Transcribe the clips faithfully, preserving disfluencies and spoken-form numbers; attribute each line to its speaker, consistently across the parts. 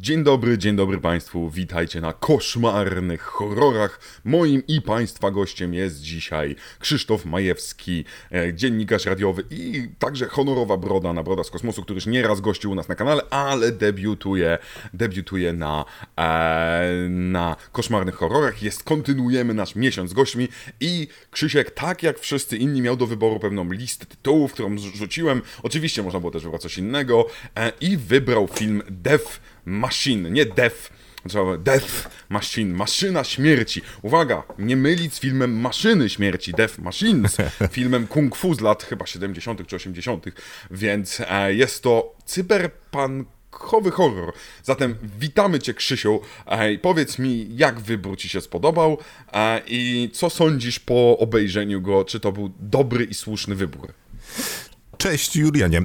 Speaker 1: Dzień dobry, dzień dobry Państwu, witajcie na koszmarnych horrorach. Moim i Państwa gościem jest dzisiaj Krzysztof Majewski, dziennikarz radiowy i także honorowa broda na Broda z Kosmosu, który już nieraz gościł u nas na kanale, ale debiutuje, debiutuje na, e, na koszmarnych horrorach. Jest, kontynuujemy nasz miesiąc z gośćmi i Krzysiek, tak jak wszyscy inni, miał do wyboru pewną listę tytułów, którą rzuciłem. Oczywiście można było też wybrać coś innego e, i wybrał film Death Machine, nie Death, Death Machine, Maszyna Śmierci. Uwaga, nie mylić z filmem Maszyny Śmierci, Death Machines, filmem Kung Fu z lat chyba siedemdziesiątych czy osiemdziesiątych, więc e, jest to cyberpunkowy horror. Zatem witamy Cię, Krzysiu, e, powiedz mi, jak wybór Ci się spodobał e, i co sądzisz po obejrzeniu go, czy to był dobry i słuszny wybór?
Speaker 2: Cześć Julianie.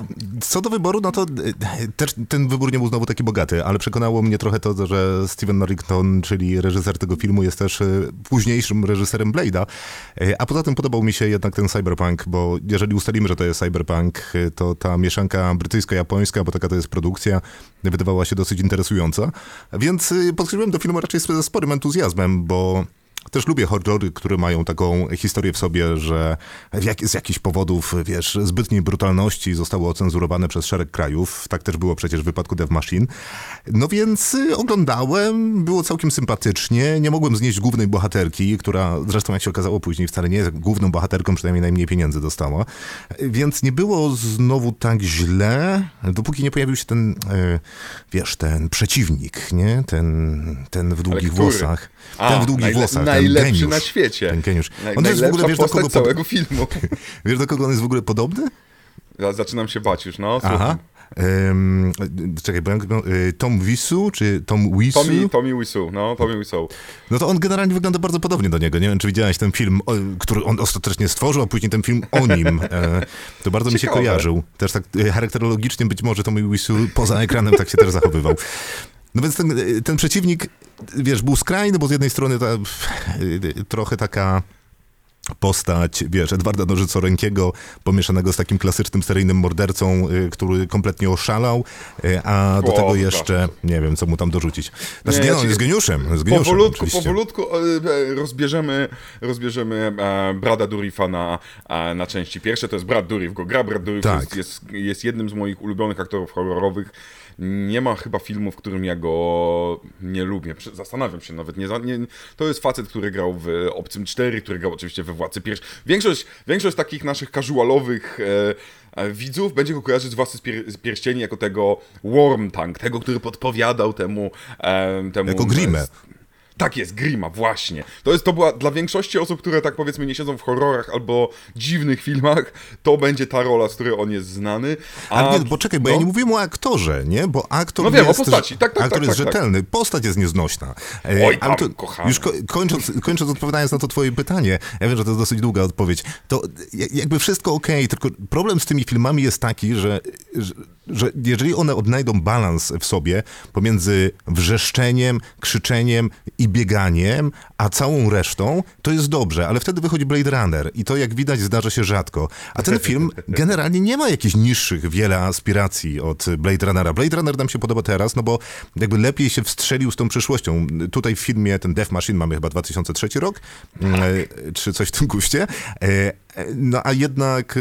Speaker 2: Co do wyboru, no to też ten wybór nie był znowu taki bogaty, ale przekonało mnie trochę to, że Steven Norrington, czyli reżyser tego filmu, jest też późniejszym reżyserem Blade'a, a poza tym podobał mi się jednak ten cyberpunk, bo jeżeli ustalimy, że to jest cyberpunk, to ta mieszanka brytyjsko-japońska, bo taka to jest produkcja, wydawała się dosyć interesująca, więc podchodziłem do filmu raczej ze sporym entuzjazmem, bo też lubię horrory, które mają taką historię w sobie, że jak, z jakichś powodów, wiesz, zbytniej brutalności zostały ocenzurowane przez szereg krajów. Tak też było przecież w wypadku Death Machine. No więc oglądałem, było całkiem sympatycznie. Nie mogłem znieść głównej bohaterki, która zresztą, jak się okazało później, wcale nie jest główną bohaterką, przynajmniej najmniej pieniędzy dostała. Więc nie było znowu tak źle, dopóki nie pojawił się ten, wiesz, ten przeciwnik, nie? Ten, ten w długich włosach.
Speaker 1: A,
Speaker 2: ten w długich
Speaker 1: najle-
Speaker 2: włosach.
Speaker 1: Najlepszy
Speaker 2: geniusz,
Speaker 1: na świecie.
Speaker 2: Ten geniusz.
Speaker 1: Naj,
Speaker 2: on jest w ogóle, wiesz, do kogo
Speaker 1: całego pod... filmu.
Speaker 2: Wiesz, do kogo on jest w ogóle podobny?
Speaker 1: Ja zaczynam się bać już, no.
Speaker 2: Aha. Um, czekaj, bo ja, Tom Wiseau, czy Tom Wiseau?
Speaker 1: Tommy, Tommy Wiseau, no, Tommy Wiseau.
Speaker 2: No to on generalnie wygląda bardzo podobnie do niego. Nie wiem, czy widziałeś ten film, który on ostatecznie stworzył, a później ten film o nim. To bardzo mi się kojarzył. Też tak charakterologicznie być może Tommy Wiseau poza ekranem tak się też zachowywał. No więc ten, ten przeciwnik, wiesz, był skrajny, bo z jednej strony ta, trochę taka postać, wiesz, Edwarda Nożycorękiego pomieszanego z takim klasycznym seryjnym mordercą, który kompletnie oszalał, a do o, tego jeszcze, nie wiem, co mu tam dorzucić. Znaczy nie, nie no, on jest geniuszem. Z geniuszem
Speaker 1: powolutku,
Speaker 2: oczywiście.
Speaker 1: powolutku rozbierzemy, rozbierzemy Brada Douriffa na, na części pierwsze. To jest Brad Dourif, go gra. Brad Dourif tak. jest, jest, jest jednym z moich ulubionych aktorów horrorowych. Nie ma chyba filmu, w którym ja go nie lubię. Zastanawiam się nawet. Nie, nie, to jest facet, który grał w Obcym cztery, który grał oczywiście we Władcy Pierścieni. Większość, większość takich naszych casualowych e, e, widzów będzie go kojarzyć z Władcy z Pierścieni jako tego Wormtongue, tego, który podpowiadał temu... E, temu
Speaker 2: jako Grimmę.
Speaker 1: E, Tak jest, Grima, właśnie. To jest, to była dla większości osób, które tak powiedzmy nie siedzą w horrorach albo dziwnych filmach, to będzie ta rola, z której on jest znany. A,
Speaker 2: Ale nie, bo czekaj, bo no. ja nie mówiłem o aktorze, nie? Bo aktor
Speaker 1: no wiem,
Speaker 2: jest,
Speaker 1: o postaci. Tak, tak,
Speaker 2: aktor
Speaker 1: tak,
Speaker 2: jest
Speaker 1: tak,
Speaker 2: rzetelny, tak. Postać jest nieznośna.
Speaker 1: Oj tam, to, kochany.
Speaker 2: Już ko- kończąc, kończąc odpowiadając na to twoje pytanie, ja wiem, że to jest dosyć długa odpowiedź, to jakby wszystko okej, okay, tylko problem z tymi filmami jest taki, że, że, że jeżeli one odnajdą balans w sobie pomiędzy wrzeszczeniem, krzyczeniem i bieganiem, a całą resztą, to jest dobrze, ale wtedy wychodzi Blade Runner i to, jak widać, zdarza się rzadko. A ten film generalnie nie ma jakichś niższych wiele aspiracji od Blade Runnera. Blade Runner nam się podoba teraz, no bo jakby lepiej się wstrzelił z tą przyszłością. Tutaj w filmie ten Death Machine mamy chyba dwa tysiące trzeci rok, e, czy coś w tym guście. E, no a jednak e,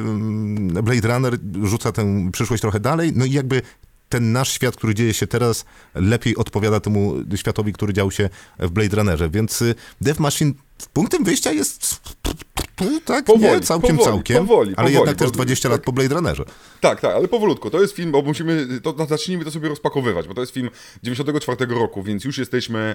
Speaker 2: Blade Runner rzuca tę przyszłość trochę dalej, no i jakby ten nasz świat, który dzieje się teraz, lepiej odpowiada temu światowi, który dział się w Blade Runnerze. Więc Death Machine punktem wyjścia jest tak, powoli, nie, całkiem, powoli, całkiem, powoli, ale powoli, jednak też dwadzieścia tak, lat po Blade Runnerze.
Speaker 1: Tak, tak, ale powolutku. To jest film, bo musimy, to zacznijmy to sobie rozpakowywać, bo to jest film dziewięćdziesiątego czwartego roku, więc już jesteśmy...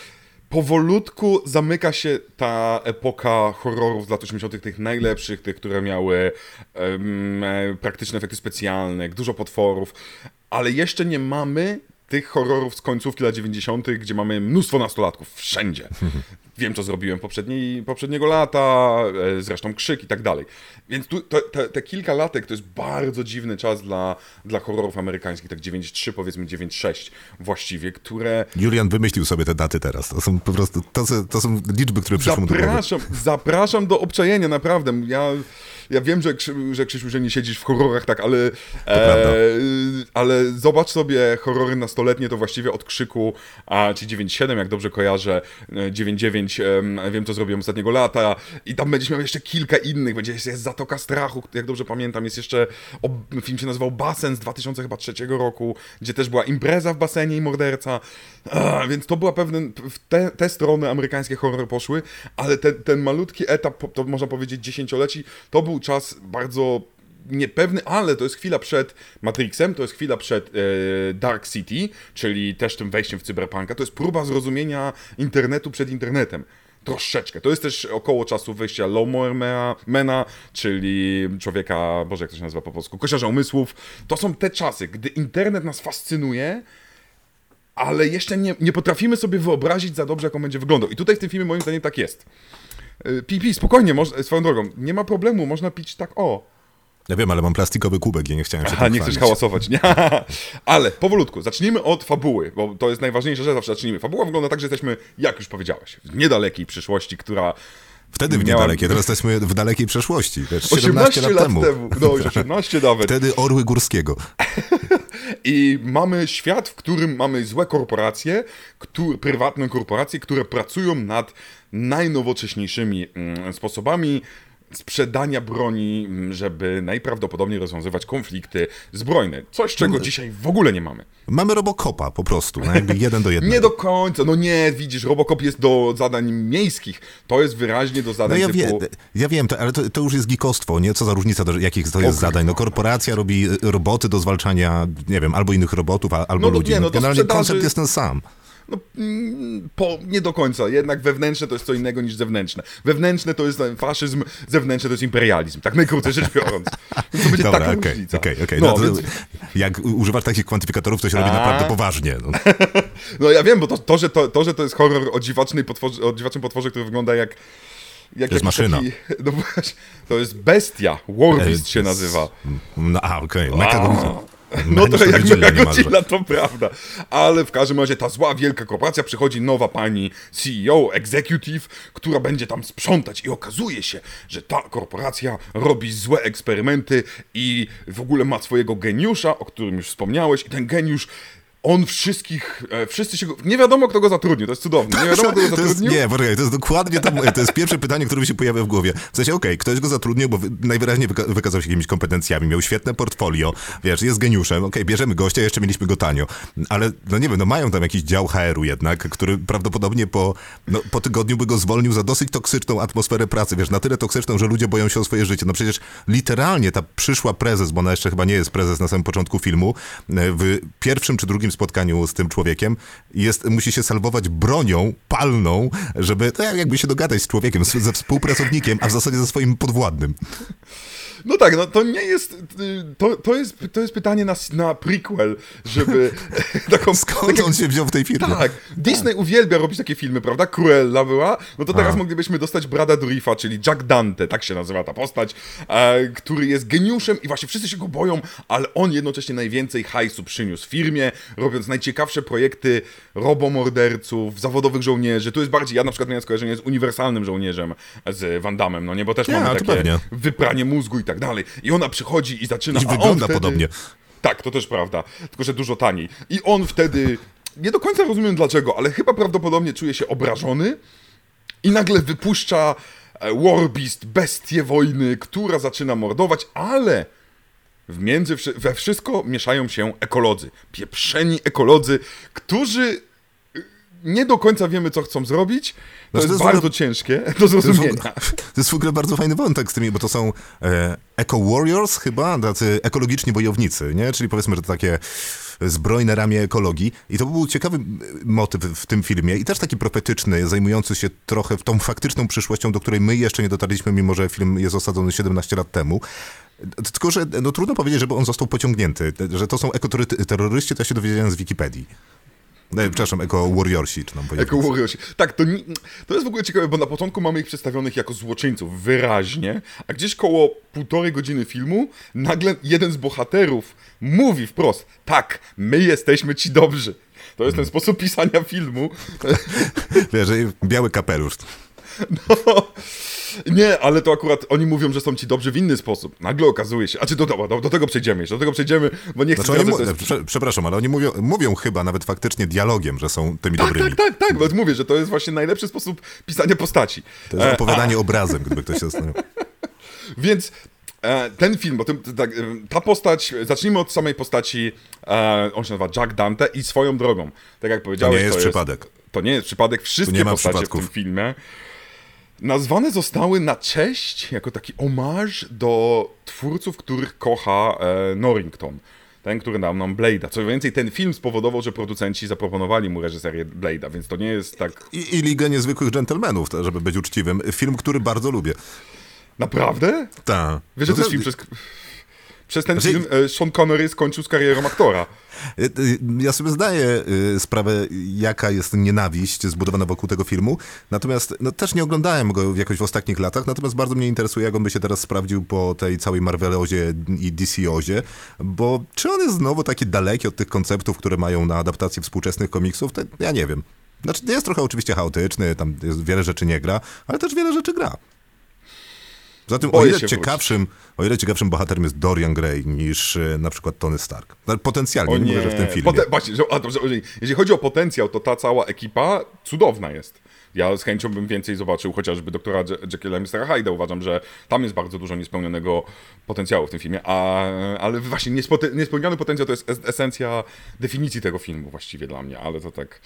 Speaker 1: Powolutku zamyka się ta epoka horrorów z lat osiemdziesiątych, tych najlepszych, tych, które miały um, praktyczne efekty specjalne, dużo potworów, ale jeszcze nie mamy tych horrorów z końcówki lat dziewięćdziesiątych, gdzie mamy mnóstwo nastolatków wszędzie. Wiem, co zrobiłem poprzedniej, poprzedniego lata, e, zresztą Krzyk i tak dalej. Więc tu, te, te, te kilka latek to jest bardzo dziwny czas dla, dla horrorów amerykańskich, tak dziewięćdziesiąt trzy, powiedzmy dziewięćdziesiąt sześć właściwie, które...
Speaker 2: Julian wymyślił sobie te daty teraz. To są po prostu, to, to są liczby, które przyszły mu do głowy.
Speaker 1: Zapraszam, zapraszam do obczajenia, naprawdę. Ja, ja wiem, że, że Krzysiu, że nie siedzisz w horrorach, tak, ale, e, ale zobacz sobie horrory nastoletnie, to właściwie od Krzyku, a, czy dziewięćdziesiąt siedem, jak dobrze kojarzę, dziewięćdziesiąt dziewięć, e, wiem, co zrobiłem ostatniego lata i tam będziesz miał jeszcze kilka innych, będzie jest, jest Zatoka Strachu, jak dobrze pamiętam, jest jeszcze, o, film się nazywał Basen z dwa tysiące trzeciego roku, gdzie też była impreza w basenie i morderca, a, więc to była pewne, w te, te strony amerykańskie horrory poszły, ale ten, ten malutki etap, to można powiedzieć dziesięcioleci, to był czas bardzo niepewny, ale to jest chwila przed Matrixem, to jest chwila przed e, Dark City, czyli też tym wejściem w cyberpunka, to jest próba zrozumienia internetu przed internetem. Troszeczkę. To jest też około czasu wyjścia Lawmana, czyli człowieka, Boże, jak to się nazywa po polsku, kosiarza umysłów. To są te czasy, gdy internet nas fascynuje, ale jeszcze nie, nie potrafimy sobie wyobrazić za dobrze, jak on będzie wyglądał. I tutaj w tym filmie moim zdaniem tak jest. Pi, pi, spokojnie, można, swoją drogą, nie ma problemu, można pić tak o.
Speaker 2: Ja wiem, ale mam plastikowy kubek i nie chciałem się
Speaker 1: Aha, nie chcesz hałasować, nie? Ale powolutku, zacznijmy od fabuły, bo to jest najważniejsza rzecz, zawsze zacznijmy. Fabuła wygląda tak, że jesteśmy, jak już powiedziałeś, w niedalekiej przyszłości, która...
Speaker 2: Wtedy w
Speaker 1: miała...
Speaker 2: niedalekiej, teraz jesteśmy w dalekiej przeszłości.
Speaker 1: osiemnaście, osiemnaście lat, lat temu. temu. No, osiemnaście nawet.
Speaker 2: Wtedy Orły Górskiego.
Speaker 1: I mamy świat, w którym mamy złe korporacje, które, prywatne korporacje, które pracują nad najnowocześniejszymi mm, sposobami sprzedania broni, żeby najprawdopodobniej rozwiązywać konflikty zbrojne. Coś, czego dzisiaj w ogóle nie mamy.
Speaker 2: Mamy Robocopa po prostu, no jakby jeden do jednego.
Speaker 1: Nie do końca, no nie, widzisz, Robocop jest do zadań miejskich, to jest wyraźnie do zadań
Speaker 2: no ja
Speaker 1: typu...
Speaker 2: Wie, ja wiem, to, ale to, to już jest geekostwo, nie? Co za różnica, do jakich to jest okay. zadań. No korporacja robi roboty do zwalczania, nie wiem, albo innych robotów, albo
Speaker 1: no,
Speaker 2: ludzi.
Speaker 1: Nie, no,
Speaker 2: generalnie
Speaker 1: sprzedaży...
Speaker 2: koncept jest ten sam.
Speaker 1: No, po, nie do końca. Jednak wewnętrzne to jest co innego niż zewnętrzne. Wewnętrzne to jest faszyzm, zewnętrzne to jest imperializm. Tak najkrócej rzecz biorąc. To będzie
Speaker 2: Dobra,
Speaker 1: taka
Speaker 2: okay,
Speaker 1: różnica.
Speaker 2: Okay, okay.
Speaker 1: No,
Speaker 2: no,
Speaker 1: więc...
Speaker 2: Jak używasz takich kwantyfikatorów, to się A... robi naprawdę poważnie. No.
Speaker 1: no ja wiem, bo to, to, że to, to, że to jest horror o, dziwacznej potworze, o dziwacznym potworze, który wygląda jak... Jak
Speaker 2: to jest maszyna.
Speaker 1: Taki, no właśnie, to jest bestia. Warbeast się nazywa.
Speaker 2: No a, okej. Okay.
Speaker 1: No to jak Mega Godzilla, to prawda. Ale w każdym razie ta zła, wielka korporacja, przychodzi nowa pani C E O, executive, która będzie tam sprzątać i okazuje się, że ta korporacja robi złe eksperymenty i w ogóle ma swojego geniusza, o którym już wspomniałeś, i ten geniusz on wszystkich, e, wszyscy się go... Nie wiadomo, kto go zatrudnił, to jest cudowne. Nie wiadomo, kto go zatrudnił.
Speaker 2: To jest, nie, poczekaj, to jest dokładnie to, to jest pierwsze pytanie, które mi się pojawia w głowie. W sensie, okej, okay, ktoś go zatrudnił, bo najwyraźniej wyka wykazał się jakimiś kompetencjami, miał świetne portfolio, wiesz, jest geniuszem, okej, okay, bierzemy gościa, jeszcze mieliśmy go tanio. Ale, no nie wiem, no mają tam jakiś dział H R-u jednak, który prawdopodobnie po, no, po tygodniu by go zwolnił za dosyć toksyczną atmosferę pracy, wiesz, na tyle toksyczną, że ludzie boją się o swoje życie. No przecież literalnie ta przyszła prezes, bo ona jeszcze chyba nie jest prezes na samym początku filmu, w pierwszym czy drugim spotkaniu z tym człowiekiem jest, musi się salwować bronią palną, żeby to jakby się dogadać z człowiekiem, z, ze współpracownikiem, a w zasadzie ze swoim podwładnym.
Speaker 1: No tak, no to nie jest, to, to jest, to jest pytanie na, na prequel, żeby taką...
Speaker 2: Skąd on się wziął w tej firmie?
Speaker 1: Tak, Disney uwielbia robić takie filmy, prawda? Cruella była, no to teraz a. moglibyśmy dostać Brada Dourifa, czyli Jack Dante, tak się nazywa ta postać, e, który jest geniuszem i właśnie wszyscy się go boją, ale on jednocześnie najwięcej hajsu przyniósł firmie, robiąc najciekawsze projekty robomorderców, zawodowych żołnierzy. Tu jest bardziej, ja na przykład miałem skojarzenie z uniwersalnym żołnierzem, z Van Damme, no nie, bo też
Speaker 2: ja,
Speaker 1: mamy takie
Speaker 2: pewnie.
Speaker 1: wypranie mózgu i tak dalej. I ona przychodzi i zaczyna...
Speaker 2: I wygląda
Speaker 1: wtedy...
Speaker 2: podobnie.
Speaker 1: Tak, to też prawda, tylko że dużo taniej. I on wtedy, nie do końca rozumiem dlaczego, ale chyba prawdopodobnie czuje się obrażony i nagle wypuszcza Warbeast, bestię wojny, która zaczyna mordować, ale w między, we wszystko mieszają się ekolodzy. Pieprzeni ekolodzy, którzy... nie do końca wiemy, co chcą zrobić. To, no, jest, to jest bardzo ogóle... ciężkie do zrozumienia.
Speaker 2: To jest, to jest w ogóle bardzo fajny wątek z tymi, bo to są e, eco-warriors chyba, tacy ekologiczni wojownicy, nie? Czyli powiedzmy, że to takie zbrojne ramię ekologii. I to był ciekawy motyw w tym filmie i też taki profetyczny, zajmujący się trochę tą faktyczną przyszłością, do której my jeszcze nie dotarliśmy, mimo że film jest osadzony siedemnaście lat temu. Tylko, że no, trudno powiedzieć, żeby on został pociągnięty. Że to są ekoterroryści, to ja się dowiedziałem z Wikipedii. E, przepraszam, eko-warriorsi, czy nam
Speaker 1: Jako warriorsi. Tak, to, nie, to jest w ogóle ciekawe, bo na początku mamy ich przedstawionych jako złoczyńców, wyraźnie, a gdzieś koło półtorej godziny filmu nagle jeden z bohaterów mówi wprost, tak, my jesteśmy ci dobrzy. To jest ten sposób pisania filmu.
Speaker 2: Wiesz, biały kapelusz.
Speaker 1: No, nie, ale to akurat oni mówią, że są ci dobrzy w inny sposób. Nagle okazuje się, a czy do, do, do, do tego przejdziemy jeszcze, do tego przejdziemy, bo nie chcę
Speaker 2: znaczy,
Speaker 1: zdradzać,
Speaker 2: mu-
Speaker 1: jest...
Speaker 2: prze, Przepraszam, ale oni mówią, mówią chyba nawet faktycznie dialogiem, że są tymi
Speaker 1: Tak,
Speaker 2: dobrymi.
Speaker 1: tak, tak, tak, bo mówię, że to jest właśnie najlepszy sposób pisania postaci.
Speaker 2: To jest
Speaker 1: E,
Speaker 2: opowiadanie obrazem, gdyby ktoś się zastanawiał.
Speaker 1: Więc e, ten film, bo tym, tak, e, ta postać, zacznijmy od samej postaci, e, on się nazywa Jack Dante i swoją drogą, tak jak
Speaker 2: To
Speaker 1: powiedziałeś,
Speaker 2: nie jest
Speaker 1: to
Speaker 2: przypadek.
Speaker 1: To nie jest przypadek, wszystkie
Speaker 2: nie ma
Speaker 1: postacie
Speaker 2: przypadków.
Speaker 1: w tym filmie nazwane zostały na cześć, jako taki omarz do twórców, których kocha e, Norrington. Ten, który dał nam Blade'a. Co więcej, ten film spowodował, że producenci zaproponowali mu reżyserię Blade'a, więc to nie jest tak...
Speaker 2: I, I Ligę Niezwykłych Dżentelmenów, to, żeby być uczciwym. Film, który bardzo lubię.
Speaker 1: Naprawdę?
Speaker 2: Tak.
Speaker 1: Wiesz, że to jest film przez... Przez ten film e, Sean Connery skończył z karierą aktora.
Speaker 2: Ja sobie zdaję y, sprawę, jaka jest nienawiść zbudowana wokół tego filmu, natomiast no, też nie oglądałem go jakoś w ostatnich latach, natomiast bardzo mnie interesuje, jak on by się teraz sprawdził po tej całej Marvelozie i D C-ozie, bo czy on jest znowu taki daleki od tych konceptów, które mają na adaptację współczesnych komiksów, to ja nie wiem. Znaczy jest trochę oczywiście chaotyczny, tam jest, wiele rzeczy nie gra, ale też wiele rzeczy gra. Zatem o ile, ciekawszym, o ile ciekawszym bohaterem jest Dorian Gray niż y, na przykład Tony Stark. Potencjalnie,
Speaker 1: O
Speaker 2: nie
Speaker 1: nie,
Speaker 2: mówię, że w tym filmie.
Speaker 1: Pote- właśnie, że, a, dobrze, jeżeli, jeżeli chodzi o potencjał, to ta cała ekipa cudowna jest. Ja z chęcią bym więcej zobaczył chociażby doktora Je- Jekylla i mistera Hyde'a. Uważam, że tam jest bardzo dużo niespełnionego potencjału w tym filmie, a, ale właśnie niespote- niespełniony potencjał to jest es- esencja definicji tego filmu właściwie dla mnie, ale to tak...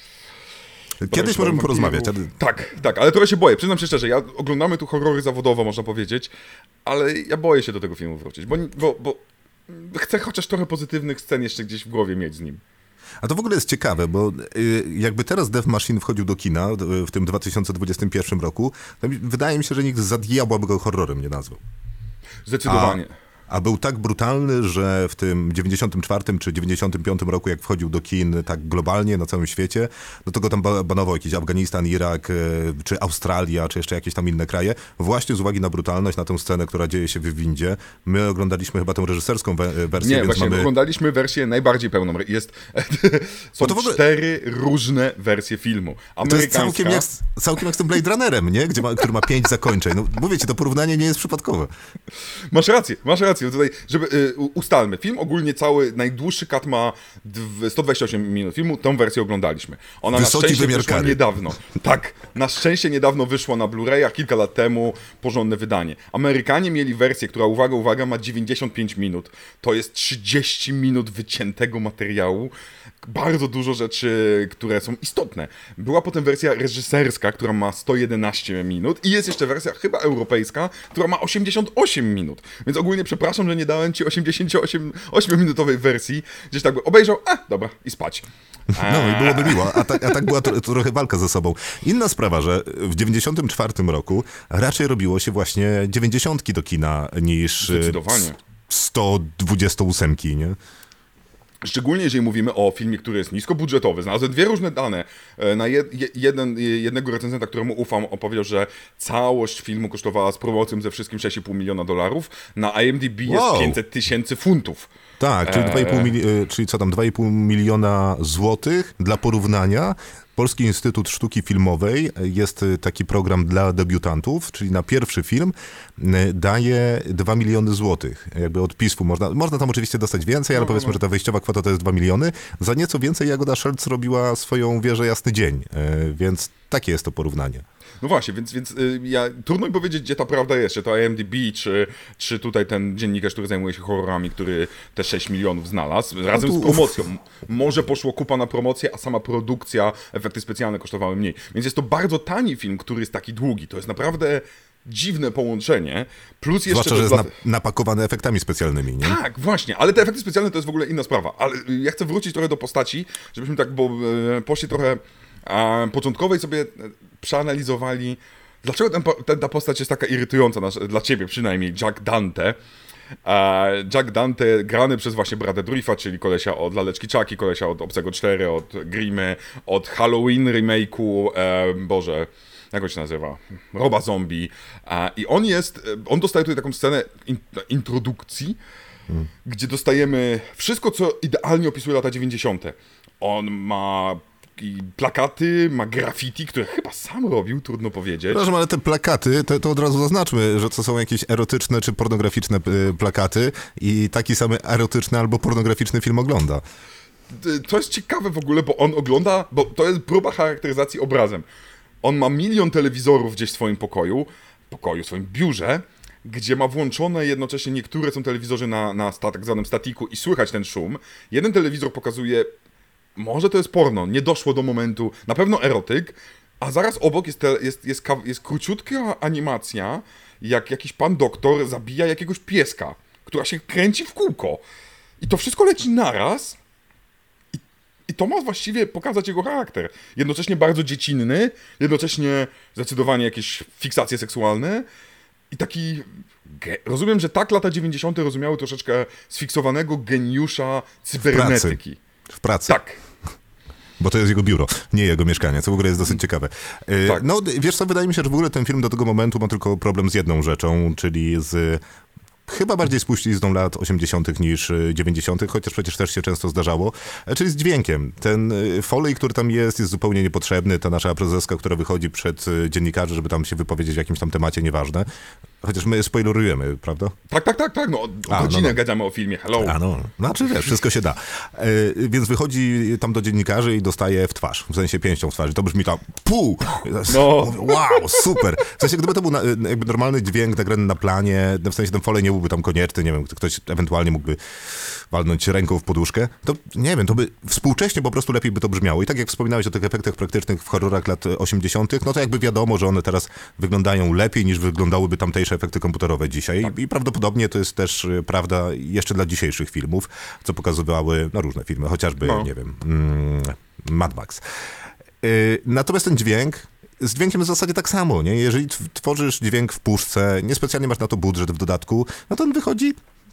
Speaker 2: Kiedyś możemy porozmawiać. Ale...
Speaker 1: Tak, tak, ale trochę się boję. Przyznam się szczerze, ja oglądamy tu horrory zawodowo, można powiedzieć, ale ja boję się do tego filmu wrócić, bo, bo, bo chcę chociaż trochę pozytywnych scen jeszcze gdzieś w głowie mieć z nim.
Speaker 2: A to w ogóle jest ciekawe, bo y, jakby teraz Death Machine wchodził do kina y, w tym dwa tysiące dwudziestym pierwszym roku, to mi, wydaje mi się, że nikt za diabła by go horrorem nie nazwał.
Speaker 1: Zdecydowanie.
Speaker 2: A... A był tak brutalny, że w tym dziewięćdziesiątym czwartym czy dziewięćdziesiątym piątym roku, jak wchodził do kin tak globalnie na całym świecie, no to go tam banował jakiś Afganistan, Irak, czy Australia, czy jeszcze jakieś tam inne kraje, właśnie z uwagi na brutalność, na tę scenę, która dzieje się w windzie. My oglądaliśmy chyba tę reżyserską we- wersję,
Speaker 1: Nie,
Speaker 2: więc
Speaker 1: właśnie
Speaker 2: mamy...
Speaker 1: oglądaliśmy wersję najbardziej pełną. Jest, są
Speaker 2: to w ogóle...
Speaker 1: cztery różne wersje filmu.
Speaker 2: To jest całkiem jak, całkiem jak z tym Blade Runnerem, nie? Gdzie ma, który ma pięć zakończeń. No mówię ci, to porównanie nie jest przypadkowe.
Speaker 1: Masz rację, masz rację. Tutaj, żeby y, ustalmy, film ogólnie cały, najdłuższy kat ma dw- sto dwadzieścia osiem minut filmu, tą wersję oglądaliśmy. Ona
Speaker 2: Wysoki
Speaker 1: na szczęście
Speaker 2: wymiar
Speaker 1: wyszła
Speaker 2: kary.
Speaker 1: niedawno. Tak, na szczęście niedawno wyszła na Blu-rayach, kilka lat temu, porządne wydanie. Amerykanie mieli wersję, która, uwaga, uwaga, ma dziewięćdziesiąt pięć minut. To jest trzydzieści minut wyciętego materiału. Bardzo dużo rzeczy, które są istotne. Była potem wersja reżyserska, która ma sto jedenaście minut i jest jeszcze wersja chyba europejska, która ma osiemdziesiąt osiem minut. Więc ogólnie przepraszam, że nie dałem ci osiemdziesięcioosiem-minutowej wersji. Gdzieś tak by obejrzał, a dobra, i spać.
Speaker 2: No i byłoby miło, a tak, a tak była to, to trochę walka ze sobą. Inna sprawa, że w dziewięćdziesiątym czwartym roku raczej robiło się właśnie dziewięćdziesiątki do kina niż
Speaker 1: Zdecydowanie.
Speaker 2: sto dwadzieścia osiem, nie?
Speaker 1: Szczególnie jeżeli mówimy o filmie, który jest niskobudżetowy. Znalazłem dwie różne dane. Na jed, jeden, jednego recenzenta, któremu ufam, opowiedział, że całość filmu kosztowała z promocją ze wszystkim sześć i pół miliona dolarów. Na I M D B
Speaker 2: Wow.
Speaker 1: jest pięćset tysięcy funtów.
Speaker 2: Tak, czyli, dwa i pół mili- czyli co tam, dwa i pół miliona złotych. Dla porównania, Polski Instytut Sztuki Filmowej jest taki program dla debiutantów, czyli na pierwszy film daje dwa miliony złotych. Jakby od P I S F-u można, można tam oczywiście dostać więcej, ale
Speaker 1: No,
Speaker 2: powiedzmy,
Speaker 1: no.
Speaker 2: że ta wejściowa kwota to jest dwa miliony. Za nieco więcej Jagoda Szelc robiła swoją Wieżę Jasny Dzień, więc takie jest to porównanie.
Speaker 1: No właśnie, więc, więc y, ja, trudno mi powiedzieć, gdzie ta prawda jest, czy to I M D B, czy, czy tutaj ten dziennikarz, który zajmuje się horrorami, który te sześć milionów znalazł, razem
Speaker 2: No tu-
Speaker 1: z promocją. Może poszło kupa na promocję, a sama produkcja, efekty specjalne kosztowały mniej. Więc jest to bardzo tani film, który jest taki długi. To jest naprawdę dziwne połączenie. Plus jeszcze...
Speaker 2: Zwłaszcza, że jest
Speaker 1: dla-
Speaker 2: na, napakowany efektami specjalnymi, nie?
Speaker 1: Tak, właśnie, ale te efekty specjalne to jest w ogóle inna sprawa. Ale y, ja chcę wrócić trochę do postaci, żebyśmy tak bo, e, poszli trochę e, początkowej sobie e, przeanalizowali, dlaczego ten, po- ten, ta postać jest taka irytująca, nasz, dla ciebie przynajmniej, Jack Dante. Jack Dante grany przez właśnie Brada Dourifa, czyli kolesia od Laleczki Chucky, kolesia od Obcego cztery, od Grimy, od Halloween remake'u, e, Boże, jak on się nazywa? Roba Zombie. I on jest, on dostaje tutaj taką scenę in, introdukcji, hmm. gdzie dostajemy wszystko, co idealnie opisuje lata dziewięćdziesiąte. On ma plakaty, ma graffiti, które chyba sam robił, trudno powiedzieć.
Speaker 2: Przepraszam, ale te plakaty, to, to od razu zaznaczmy, że to są jakieś erotyczne czy pornograficzne y, plakaty i taki sam erotyczny albo pornograficzny film ogląda.
Speaker 1: To jest ciekawe w ogóle, bo on ogląda, bo to jest próba charakteryzacji obrazem. On ma milion telewizorów gdzieś w swoim pokoju, pokoju, w swoim biurze, gdzie ma włączone jednocześnie, niektóre są telewizory na, na tak zwanym statiku i słychać ten szum. Jeden telewizor pokazuje, może to jest porno, nie doszło do momentu, na pewno erotyk, a zaraz obok jest, te, jest, jest, jest króciutka animacja, jak jakiś pan doktor zabija jakiegoś pieska, która się kręci w kółko. I to wszystko leci naraz. I to ma właściwie pokazać jego charakter. Jednocześnie bardzo dziecinny, jednocześnie zdecydowanie jakieś fiksacje seksualne i taki... Rozumiem, że tak lata dziewięćdziesiąte rozumiały troszeczkę sfiksowanego geniusza cybernetyki.
Speaker 2: W pracy. W pracy.
Speaker 1: Tak.
Speaker 2: Bo to jest jego biuro, nie jego mieszkanie, co w ogóle jest dosyć ciekawe.
Speaker 1: Tak.
Speaker 2: No, wiesz co, wydaje mi się, że w ogóle ten film do tego momentu ma tylko problem z jedną rzeczą, czyli z... Chyba bardziej spuścizną lat osiemdziesiątych niż dziewięćdziesiątych, chociaż przecież też się często zdarzało, czyli z dźwiękiem. Ten foley, który tam jest, jest zupełnie niepotrzebny. Ta nasza prezeska, która wychodzi przed dziennikarzy, żeby tam się wypowiedzieć w jakimś tam temacie, nieważne. Chociaż my spoilerujemy, prawda?
Speaker 1: Tak, tak, tak, tak. No,
Speaker 2: A,
Speaker 1: godzinę
Speaker 2: no, no.
Speaker 1: gadamy o filmie, hello.
Speaker 2: A no, znaczy wiesz, wszystko się da. E, więc wychodzi tam do dziennikarzy i dostaje w twarz, w sensie pięścią w twarz. I to brzmi tam pół.
Speaker 1: No.
Speaker 2: Wow, super. W sensie, gdyby to był na, jakby normalny dźwięk nagrany na planie, w sensie ten foley nie byłby tam konieczny, nie wiem, ktoś ewentualnie mógłby walnąć ręką w poduszkę, to nie wiem, to by współcześnie po prostu lepiej by to brzmiało. I tak jak wspominałeś o tych efektach praktycznych w horrorach lat osiemdziesiątych, no to jakby wiadomo, że one teraz wyglądają lepiej niż wyglądały tamtejsze efekty komputerowe dzisiaj. Tak. I prawdopodobnie to jest też prawda jeszcze dla dzisiejszych filmów, co pokazywały no, różne filmy, chociażby, no. nie wiem, mm, Mad Max. Yy, natomiast ten dźwięk, z dźwiękiem w zasadzie tak samo, nie? Jeżeli tworzysz dźwięk w puszce, niespecjalnie masz na to budżet w dodatku, no to on wychodzi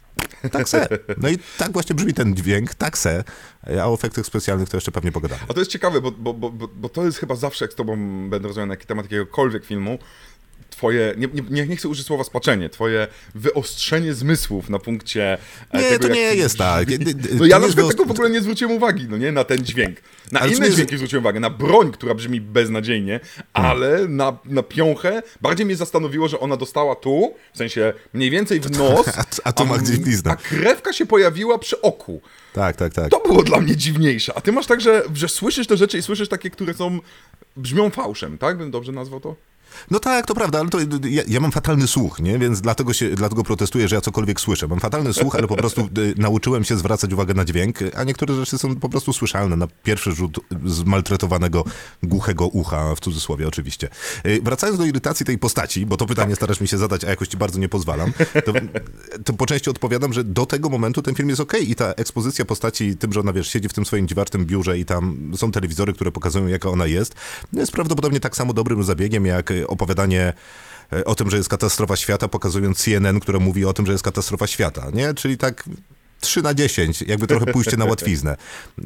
Speaker 2: tak se. No i tak właśnie brzmi ten dźwięk, tak se, a o efektach specjalnych to jeszcze pewnie pogadamy.
Speaker 1: A to jest ciekawe, bo, bo, bo, bo to jest chyba zawsze, jak z tobą będę rozmawiał na temat jakiegokolwiek filmu, twoje, nie, nie, nie chcę użyć słowa spaczenie, twoje wyostrzenie zmysłów na punkcie...
Speaker 2: Nie,
Speaker 1: tego,
Speaker 2: to
Speaker 1: jak...
Speaker 2: nie jest tak.
Speaker 1: No ja na przykład tego w ogóle nie zwróciłem uwagi, no nie, na ten dźwięk. Na ale inne dźwięki jest... zwróciłem uwagę, na broń, która brzmi beznadziejnie, hmm. ale na, na piąchę bardziej mnie zastanowiło, że ona dostała tu, w sensie mniej więcej w nos,
Speaker 2: a, a tu ma gdzieś bliznę.
Speaker 1: A krewka się pojawiła przy oku.
Speaker 2: Tak, tak, tak.
Speaker 1: To było dla mnie dziwniejsze. A ty masz tak, że, że słyszysz te rzeczy i słyszysz takie, które są, brzmią fałszem, tak? Bym dobrze nazwał to?
Speaker 2: No tak, to prawda, ale to ja, ja mam fatalny słuch, nie? Więc dlatego się, dlatego protestuję, że ja cokolwiek słyszę. Mam fatalny słuch, ale po prostu y, nauczyłem się zwracać uwagę na dźwięk, a niektóre rzeczy są po prostu słyszalne na pierwszy rzut zmaltretowanego, głuchego ucha, w cudzysłowie oczywiście. Y, wracając do irytacji tej postaci, bo to pytanie starasz mi się zadać, a jakoś ci bardzo nie pozwalam, to, to po części odpowiadam, że do tego momentu ten film jest okej okay i ta ekspozycja postaci tym, że ona, wiesz, siedzi w tym swoim dziwacznym biurze i tam są telewizory, które pokazują, jaka ona jest, jest prawdopodobnie tak samo dobrym zabiegiem, jak opowiadanie o tym, że jest katastrofa świata, pokazując C N N, które mówi o tym, że jest katastrofa świata, nie? Czyli tak trzy na dziesięć, jakby trochę pójście na łatwiznę.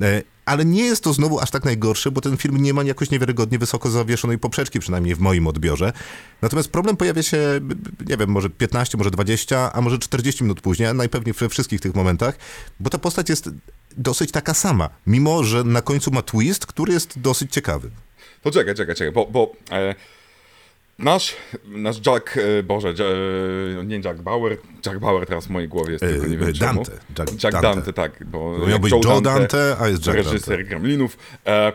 Speaker 2: Ale nie jest to znowu aż tak najgorsze, bo ten film nie ma jakoś niewiarygodnie wysoko zawieszonej poprzeczki, przynajmniej w moim odbiorze. Natomiast problem pojawia się, nie wiem, może piętnaście, może dwadzieścia, a może czterdzieści minut później, a najpewniej we wszystkich tych momentach, bo ta postać jest dosyć taka sama, mimo że na końcu ma twist, który jest dosyć ciekawy.
Speaker 1: To czekaj, czekaj, czekaj, bo... bo e... Nasz, nasz Jack, Boże, Jack, nie Jack Bauer, Jack Bauer teraz w mojej głowie jest, tylko nie wiem
Speaker 2: Dante.
Speaker 1: czemu.
Speaker 2: Jack,
Speaker 1: Jack Dante. Dante, tak. Bo
Speaker 2: miał być Joe Dante, Dante, a jest Jack
Speaker 1: reżyser
Speaker 2: Dante.
Speaker 1: Gremlinów. E,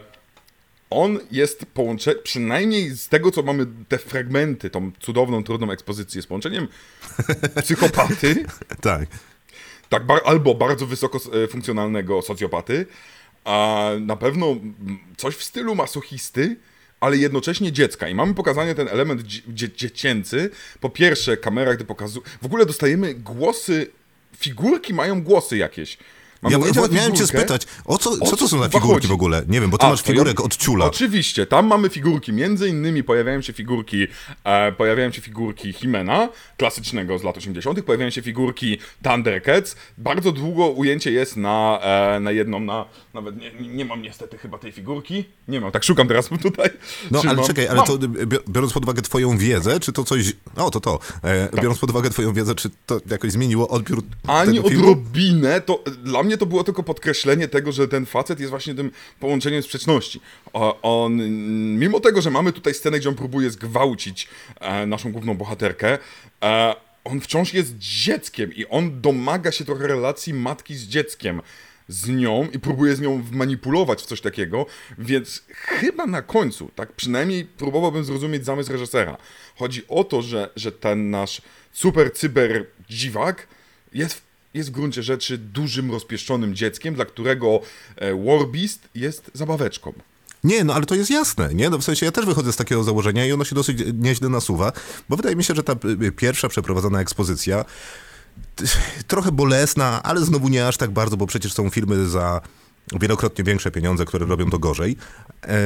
Speaker 1: on jest połączeniem, przynajmniej z tego, co mamy, te fragmenty, tą cudowną, trudną ekspozycję, z połączeniem psychopaty,
Speaker 2: tak.
Speaker 1: tak bar, albo bardzo wysoko funkcjonalnego socjopaty, a na pewno coś w stylu masochisty, ale jednocześnie dziecka. I mamy pokazany ten element dzie- dziecięcy. Po pierwsze, kamera, gdy pokazuje... W ogóle dostajemy głosy... Figurki mają głosy jakieś. Mamy
Speaker 2: Ja,
Speaker 1: ujęcie
Speaker 2: ja
Speaker 1: na
Speaker 2: miałem cię
Speaker 1: figurkę.
Speaker 2: spytać, o co,
Speaker 1: O
Speaker 2: co to
Speaker 1: co
Speaker 2: są za
Speaker 1: chyba
Speaker 2: figurki
Speaker 1: chodzi?
Speaker 2: w ogóle? Nie wiem, bo ty
Speaker 1: A,
Speaker 2: masz
Speaker 1: to ja-
Speaker 2: figurek od ciula.
Speaker 1: Oczywiście, tam mamy figurki, między innymi pojawiają się figurki, e, pojawiają się figurki He-Mana, klasycznego z lat osiemdziesiątych, pojawiają się figurki Thundercats. Bardzo długo ujęcie jest na, e, na jedną, na, nawet nie, nie mam niestety chyba tej figurki, nie mam, tak szukam teraz tutaj.
Speaker 2: No
Speaker 1: Czy
Speaker 2: ale
Speaker 1: mam?
Speaker 2: czekaj, ale
Speaker 1: Mam.
Speaker 2: to bi- biorąc pod uwagę twoją wiedzę, czy to coś... O, to to. E,
Speaker 1: Tak.
Speaker 2: Biorąc pod uwagę twoją wiedzę, czy to jakoś zmieniło odbiór
Speaker 1: Ani
Speaker 2: tego filmu?
Speaker 1: odrobinę, to dla mnie to było tylko podkreślenie tego, że ten facet jest właśnie tym połączeniem sprzeczności. O, on, mimo tego, że mamy tutaj scenę, gdzie on próbuje zgwałcić e, naszą główną bohaterkę, e, on wciąż jest dzieckiem i on domaga się trochę relacji matki z dzieckiem z nią i próbuje z nią manipulować w coś takiego, więc chyba na końcu, tak przynajmniej próbowałbym zrozumieć zamysł reżysera. Chodzi o to, że, że ten nasz super cyber dziwak jest, jest w gruncie rzeczy dużym, rozpieszczonym dzieckiem, dla którego e, Warbeast jest zabaweczką.
Speaker 2: Nie, no ale to jest jasne, nie? No w sensie ja też wychodzę z takiego założenia i ono się dosyć nieźle nasuwa, bo wydaje mi się, że ta y, pierwsza przeprowadzona ekspozycja t- trochę bolesna, ale znowu nie aż tak bardzo, bo przecież są filmy za wielokrotnie większe pieniądze, które robią to gorzej. Eee,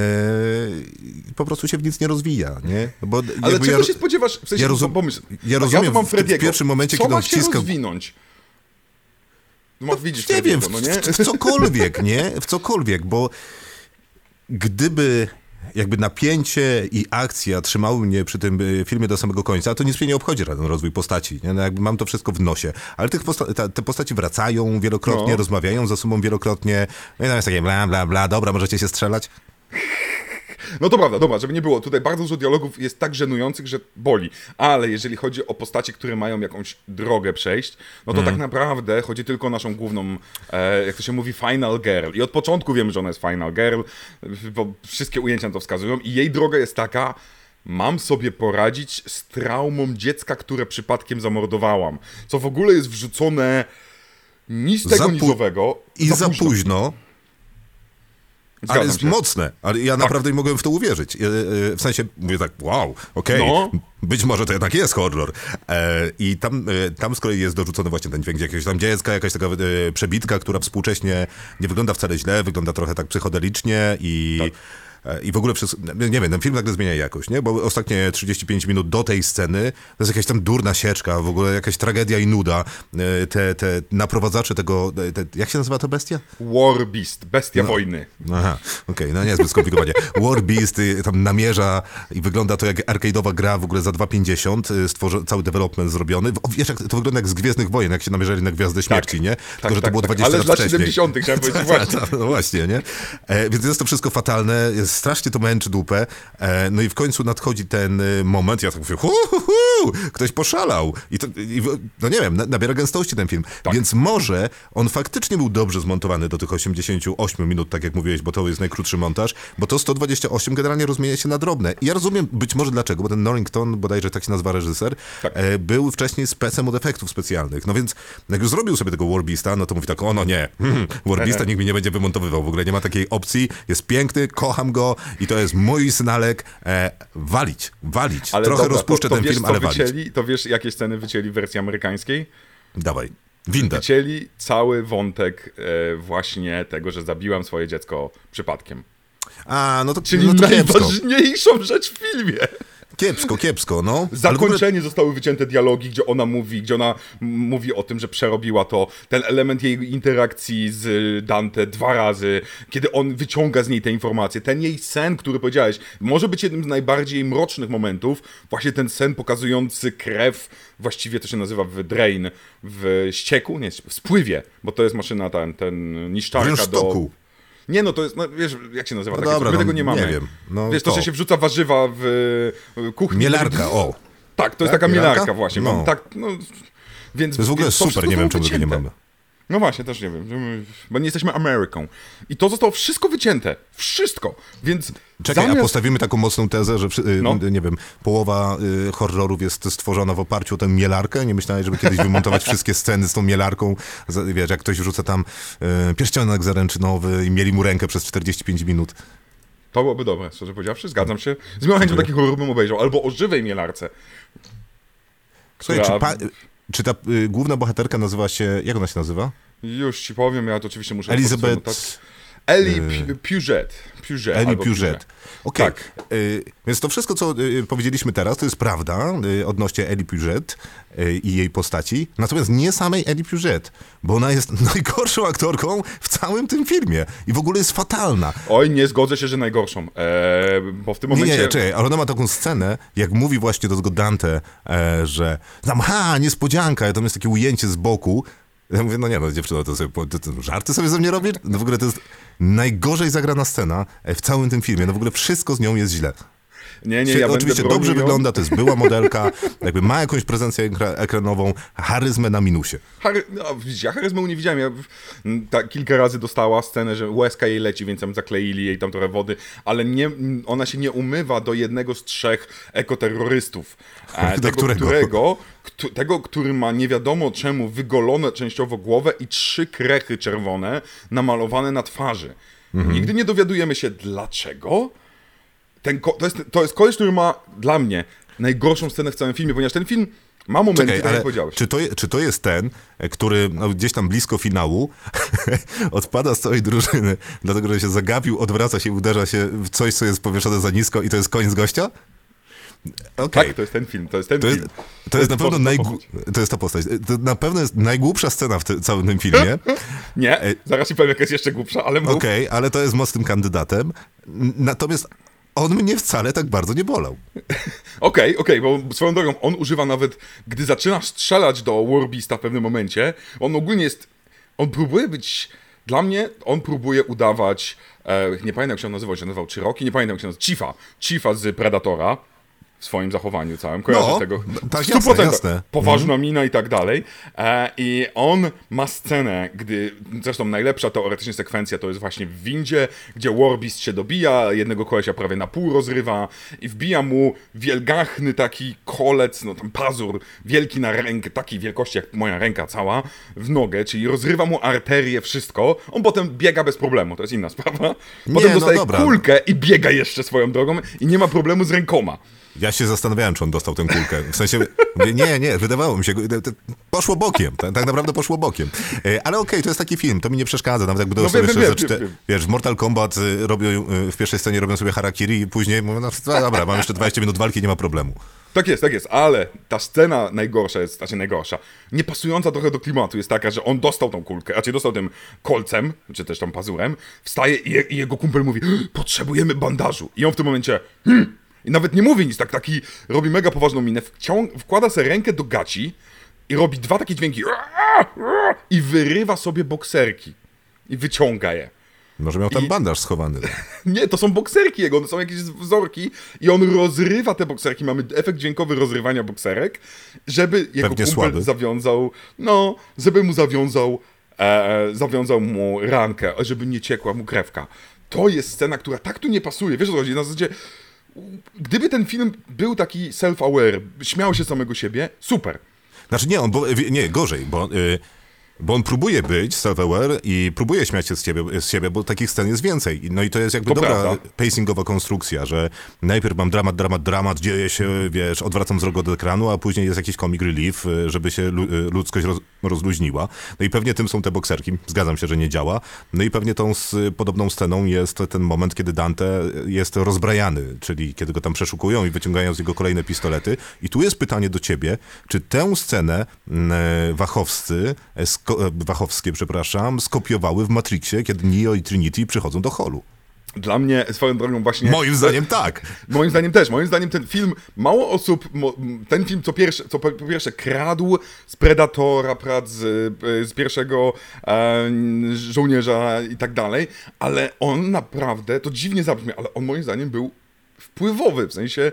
Speaker 2: po prostu się w nic nie rozwija, nie? Bo
Speaker 1: Ale
Speaker 2: jakby
Speaker 1: czego
Speaker 2: ja,
Speaker 1: się spodziewasz? W sensie,
Speaker 2: ja rozum-
Speaker 1: pomysł.
Speaker 2: ja rozumiem
Speaker 1: ja tu mam
Speaker 2: w- w
Speaker 1: Frediego.
Speaker 2: pierwszym momencie,
Speaker 1: Co
Speaker 2: kiedy
Speaker 1: ma
Speaker 2: on
Speaker 1: się
Speaker 2: wciska-
Speaker 1: rozwinąć? No, widzisz
Speaker 2: nie wiem,
Speaker 1: Frediego,
Speaker 2: w,
Speaker 1: no nie?
Speaker 2: w, w cokolwiek, nie? W cokolwiek, bo gdyby jakby napięcie i akcja trzymały mnie przy tym y, filmie do samego końca, to nic mnie nie obchodzi ten rozwój postaci. Nie? No jakby mam to wszystko w nosie. Ale tych posta- ta, te postaci wracają wielokrotnie,
Speaker 1: No.
Speaker 2: rozmawiają ze sobą wielokrotnie. No i tam jest takie bla, bla, bla, dobra, możecie się strzelać.
Speaker 1: No to prawda, dobra, żeby nie było. Tutaj bardzo dużo dialogów jest tak żenujących, że boli. Ale jeżeli chodzi o postacie, które mają jakąś drogę przejść, no to
Speaker 2: Mhm.
Speaker 1: tak naprawdę chodzi tylko o naszą główną, e, jak to się mówi, final girl. I od początku wiemy, że ona jest final girl, bo wszystkie ujęcia na to wskazują. I jej droga jest taka: mam sobie poradzić z traumą dziecka, które przypadkiem zamordowałam. Co w ogóle jest wrzucone ni z tego,
Speaker 2: Za
Speaker 1: ni z
Speaker 2: pu-
Speaker 1: owego.
Speaker 2: I za późno.
Speaker 1: Zgadzam
Speaker 2: Ale jest
Speaker 1: się.
Speaker 2: mocne, ale ja naprawdę nie mogłem w to uwierzyć. E, e, W sensie mówię tak, wow, okej,
Speaker 1: No.
Speaker 2: być może to jednak jest horror. E, I tam, e, tam z kolei jest dorzucony właśnie ten dźwięk jakiegoś tam dziecka, jakaś taka e, przebitka, która współcześnie nie wygląda wcale źle, wygląda trochę tak psychodelicznie i...
Speaker 1: Tak.
Speaker 2: e, I w ogóle przez, nie wiem, ten film nagle zmienia jakoś, nie? Bo ostatnie trzydzieści pięć minut do tej sceny to jest jakaś tam durna sieczka, w ogóle jakaś tragedia i nuda. E, Te, te naprowadzacze tego, te, jak się nazywa ta bestia?
Speaker 1: Warbeast, bestia wojny.
Speaker 2: Aha, okej, no niezbyt skomplikowanie. Warbeast y, tam namierza i wygląda to jak arcade'owa gra w ogóle za dwa pięćdziesiąt, y, stworzy, cały development zrobiony. O, wiesz, jak, to wygląda jak z Gwiezdnych Wojen, jak się namierzali na Gwiazdę Śmierci, nie? Tylko,
Speaker 1: Tak,
Speaker 2: że to
Speaker 1: tak,
Speaker 2: było
Speaker 1: tak.
Speaker 2: dwadzieścia
Speaker 1: Ale
Speaker 2: lat
Speaker 1: z lat
Speaker 2: wcześniej.
Speaker 1: siedemdziesiątych chciałem powiedzieć, właśnie.
Speaker 2: No właśnie, nie? E, więc jest to wszystko fatalne, jest, strasznie to męczy dupę. E, no i w końcu nadchodzi ten y, moment, ja tak mówię, hu, hu, hu, ktoś poszalał. I, to, i no nie wiem, na, nabiera gęstości ten film.
Speaker 1: Tak.
Speaker 2: Więc może on faktycznie był dobrze zmontowany do tych osiemdziesięciu ośmiu minut, tak jak mówiłeś, bo to jest najkrótszy montaż, bo to sto dwadzieścia osiem generalnie rozmienia się na drobne. I ja rozumiem być może dlaczego, bo ten Norrington, bodajże tak się nazywa reżyser,
Speaker 1: Tak.
Speaker 2: e, był wcześniej specem od efektów specjalnych. No więc jak już zrobił sobie tego Warbeasta, no to mówi tak, o no nie, hmm, Warbeasta nikt mi nie będzie wymontowywał, w ogóle nie ma takiej opcji, jest piękny, kocham go i to jest mój synalek, e, walić, walić.
Speaker 1: Ale
Speaker 2: Trochę
Speaker 1: dobra,
Speaker 2: rozpuszczę
Speaker 1: to, to
Speaker 2: ten
Speaker 1: wiesz,
Speaker 2: film,
Speaker 1: co
Speaker 2: ale walić.
Speaker 1: wycięli, to wiesz, jakie sceny wycięli w wersji amerykańskiej?
Speaker 2: Dawaj, windę.
Speaker 1: Wycięli cały wątek e, właśnie tego, że zabiłam swoje dziecko przypadkiem.
Speaker 2: A, no to,
Speaker 1: Czyli
Speaker 2: no to kiepsko.
Speaker 1: najważniejszą rzecz w filmie.
Speaker 2: Kiepsko, kiepsko, no. Ale w ogóle-
Speaker 1: Zakończenie zostały wycięte dialogi, gdzie ona mówi, gdzie ona m- mówi o tym, że przerobiła to. Ten element jej interakcji z Dante dwa razy, kiedy on wyciąga z niej te informacje. Ten jej sen, który powiedziałeś, może być jednym z najbardziej mrocznych momentów. Właśnie ten sen pokazujący krew, właściwie to się nazywa w drain, w ścieku, nie, w spływie, bo to jest maszyna ten, ten niszczarka do...
Speaker 2: Rynsztoku.
Speaker 1: Nie no, to jest, no wiesz, jak się nazywa?
Speaker 2: No
Speaker 1: takie,
Speaker 2: dobra,
Speaker 1: my
Speaker 2: no,
Speaker 1: tego nie mamy.
Speaker 2: nie wiem. No
Speaker 1: wiesz, to,
Speaker 2: to.
Speaker 1: że się wrzuca warzywa w e, kuchni.
Speaker 2: Mielarka, o.
Speaker 1: Tak, to jest
Speaker 2: Tak?
Speaker 1: taka mielarka,
Speaker 2: Mielarka?
Speaker 1: właśnie.
Speaker 2: No.
Speaker 1: Mam, tak, no, więc,
Speaker 2: To jest w ogóle
Speaker 1: więc
Speaker 2: super,
Speaker 1: wszystko
Speaker 2: nie wiem,
Speaker 1: zostało
Speaker 2: czemu tego nie
Speaker 1: wycięte.
Speaker 2: mamy.
Speaker 1: No właśnie, też nie wiem, bo nie jesteśmy Ameryką. I to zostało wszystko wycięte. Wszystko. Więc
Speaker 2: Czekaj,
Speaker 1: zamiast...
Speaker 2: a postawimy taką mocną tezę, że przy- y,
Speaker 1: No.
Speaker 2: nie wiem, połowa y, horrorów jest stworzona w oparciu o tę mielarkę. Nie myślałeś, żeby kiedyś wymontować wszystkie sceny z tą mielarką. Za- Wiesz, jak ktoś wrzuca tam y, pierścionek zaręczynowy i mieli mu rękę przez czterdzieści pięć minut.
Speaker 1: To byłoby dobre, szczerze powiedziawszy, zgadzam się. Z miłą chęcią taki horror bym obejrzał. Albo o żywej mielarce.
Speaker 2: Słuchaj,
Speaker 1: Która-
Speaker 2: czy, pa, czy ta y, główna bohaterka nazywa się, jak ona się nazywa?
Speaker 1: Już ci powiem, ja to oczywiście muszę...
Speaker 2: Elizabeth...
Speaker 1: Tak. Ellie y... Puget. Puget.
Speaker 2: Ellie Puget. Okej, okay.
Speaker 1: Tak.
Speaker 2: y, więc to wszystko, co y, powiedzieliśmy teraz, to jest prawda y, odnośnie Ellie Puget y, i jej postaci, natomiast nie samej Ellie Puget, bo ona jest najgorszą aktorką w całym tym filmie i w ogóle jest fatalna.
Speaker 1: Oj, nie zgodzę się, że najgorszą, eee, bo w tym momencie...
Speaker 2: Nie, nie, czekaj, ale ona ma taką scenę, jak mówi właśnie do tego Dante, e, że tam, ha, niespodzianka, tam jest takie ujęcie z boku. Ja mówię, no nie, no dziewczyno, to sobie, to, to żarty sobie ze mnie robisz? No w ogóle to jest najgorzej zagrana scena w całym tym filmie, no w ogóle wszystko z nią jest źle.
Speaker 1: Nie, nie, ja
Speaker 2: oczywiście
Speaker 1: będę
Speaker 2: dobrze
Speaker 1: bronił.
Speaker 2: wygląda, to jest była modelka, jakby ma jakąś prezencję ekra- ekranową, charyzmę na minusie.
Speaker 1: Chary... No, widzisz, ja charyzmę nie widziałem. Ja ta, kilka razy dostała scenę, że łezka jej leci, więc tam zakleili jej tam trochę wody, ale nie, ona się nie umywa do jednego z trzech ekoterrorystów. E,
Speaker 2: do
Speaker 1: tego,
Speaker 2: którego?
Speaker 1: którego kto, tego, który ma nie wiadomo czemu wygolone częściowo głowę i trzy krechy czerwone namalowane na twarzy. Mhm. Nigdy nie dowiadujemy się dlaczego. Ten ko- to, jest, to jest koleś, który ma dla mnie najgorszą scenę w całym filmie, ponieważ ten film ma momenty,
Speaker 2: Czekaj,
Speaker 1: tak
Speaker 2: ale
Speaker 1: jak powiedziałeś.
Speaker 2: Czy to, je, czy to jest ten, który no, gdzieś tam blisko finału odpada z całej drużyny, dlatego że się zagapił, odwraca się, uderza się w coś, co jest powieszone za nisko i to jest koniec gościa? Okay.
Speaker 1: Tak, to jest ten film, to jest ten
Speaker 2: to
Speaker 1: film.
Speaker 2: Jest, to, to jest na pewno najgł... To jest ta postać. To na pewno jest najgłupsza scena w te, całym tym filmie.
Speaker 1: Nie, zaraz ci powiem, jaka jest jeszcze głupsza, ale mów.
Speaker 2: Okej, okay, ale to jest mocnym kandydatem. Natomiast on mnie wcale tak bardzo nie bolał.
Speaker 1: Okej, okay, okej, okay, bo swoją drogą on używa nawet, gdy zaczyna strzelać do Warbeasta w pewnym momencie, on ogólnie jest, on próbuje być, dla mnie, on próbuje udawać, e, nie pamiętam jak się on nazywał, się nazywał Cherokee, nie pamiętam jak się nazywał, Chiefa, Chiefa z Predatora, w swoim zachowaniu całym, kojarzysz
Speaker 2: no,
Speaker 1: tego?
Speaker 2: Tak, jasne, jasne.
Speaker 1: Poważna mm. mina i tak dalej. E, I on ma scenę, gdy, zresztą najlepsza teoretycznie sekwencja to jest właśnie w windzie, gdzie Warbeast się dobija, jednego kolesia prawie na pół rozrywa i wbija mu wielgachny taki kolec, no tam pazur, wielki na rękę, takiej wielkości jak moja ręka cała, w nogę, czyli rozrywa mu arterię, wszystko. On potem biega bez problemu, to jest inna sprawa. Potem
Speaker 2: nie,
Speaker 1: dostaje
Speaker 2: no dobra.
Speaker 1: kulkę i biega jeszcze swoją drogą i nie ma problemu z rękoma.
Speaker 2: Ja się zastanawiałem, czy on dostał tę kulkę. W sensie, mówię, nie, nie, wydawało mi się, poszło bokiem, tak, tak naprawdę poszło bokiem. Ale okej, okay, to jest taki film, to mi nie przeszkadza, nawet jakby
Speaker 1: no,
Speaker 2: sobie
Speaker 1: wiem,
Speaker 2: jeszcze
Speaker 1: wiem,
Speaker 2: za
Speaker 1: wiem.
Speaker 2: Wiesz, w Mortal Kombat robią, w pierwszej scenie robią sobie harakiri i później mówią, no dobra, mam jeszcze dwadzieścia minut walki, nie ma problemu.
Speaker 1: Tak jest, tak jest, ale ta scena najgorsza jest, znaczy najgorsza, niepasująca trochę do klimatu jest taka, że on dostał tą kulkę, raczej dostał tym kolcem, czy też tam pazurem, wstaje i, je, i jego kumpel mówi, potrzebujemy bandażu. I on w tym momencie, hm, i nawet nie mówi nic, tak taki robi mega poważną minę, wcią- wkłada sobie rękę do gaci i robi dwa takie dźwięki i wyrywa sobie bokserki i wyciąga je.
Speaker 2: Może miał tam
Speaker 1: I...
Speaker 2: bandaż schowany.
Speaker 1: Nie, to są bokserki jego, to są jakieś wzorki i on rozrywa te bokserki, mamy efekt dźwiękowy rozrywania bokserek, żeby jego
Speaker 2: Pewnie
Speaker 1: kumpel
Speaker 2: słaby.
Speaker 1: zawiązał, no, żeby mu zawiązał, e, zawiązał mu rankę, żeby nie ciekła mu krewka. To jest scena, która tak tu nie pasuje, wiesz o co chodzi, na zasadzie, gdyby ten film był taki self-aware, śmiał się samego siebie, super.
Speaker 2: Znaczy nie, on, bo, nie, gorzej, bo... Y- Bo on próbuje być self-aware i próbuje śmiać się z siebie, z siebie, bo takich scen jest więcej. No i to jest jakby
Speaker 1: To
Speaker 2: dobra
Speaker 1: prawda.
Speaker 2: pacingowa konstrukcja, że najpierw mam dramat, dramat, dramat, dzieje się, wiesz, odwracam wzrok od ekranu, a później jest jakiś comic relief, żeby się ludzkość roz, rozluźniła. No i pewnie tym są te bokserki. Zgadzam się, że nie działa. No i pewnie tą z, podobną sceną jest ten moment, kiedy Dante jest rozbrajany, czyli kiedy go tam przeszukują i wyciągają z jego kolejne pistolety. I tu jest pytanie do ciebie, czy tę scenę e, wachowscy Wachowskie, przepraszam, skopiowały w Matrixie, kiedy Neo i Trinity przychodzą do holu.
Speaker 1: Dla mnie, swoją drogą właśnie...
Speaker 2: Moim zdaniem tak.
Speaker 1: Moim zdaniem też. Moim zdaniem ten film, mało osób, ten film co pierwsze, co po pierwsze kradł z Predatora, pradł z, z pierwszego e, żołnierza i tak dalej, ale on naprawdę, to dziwnie zabrzmi, ale on moim zdaniem był wpływowy, w sensie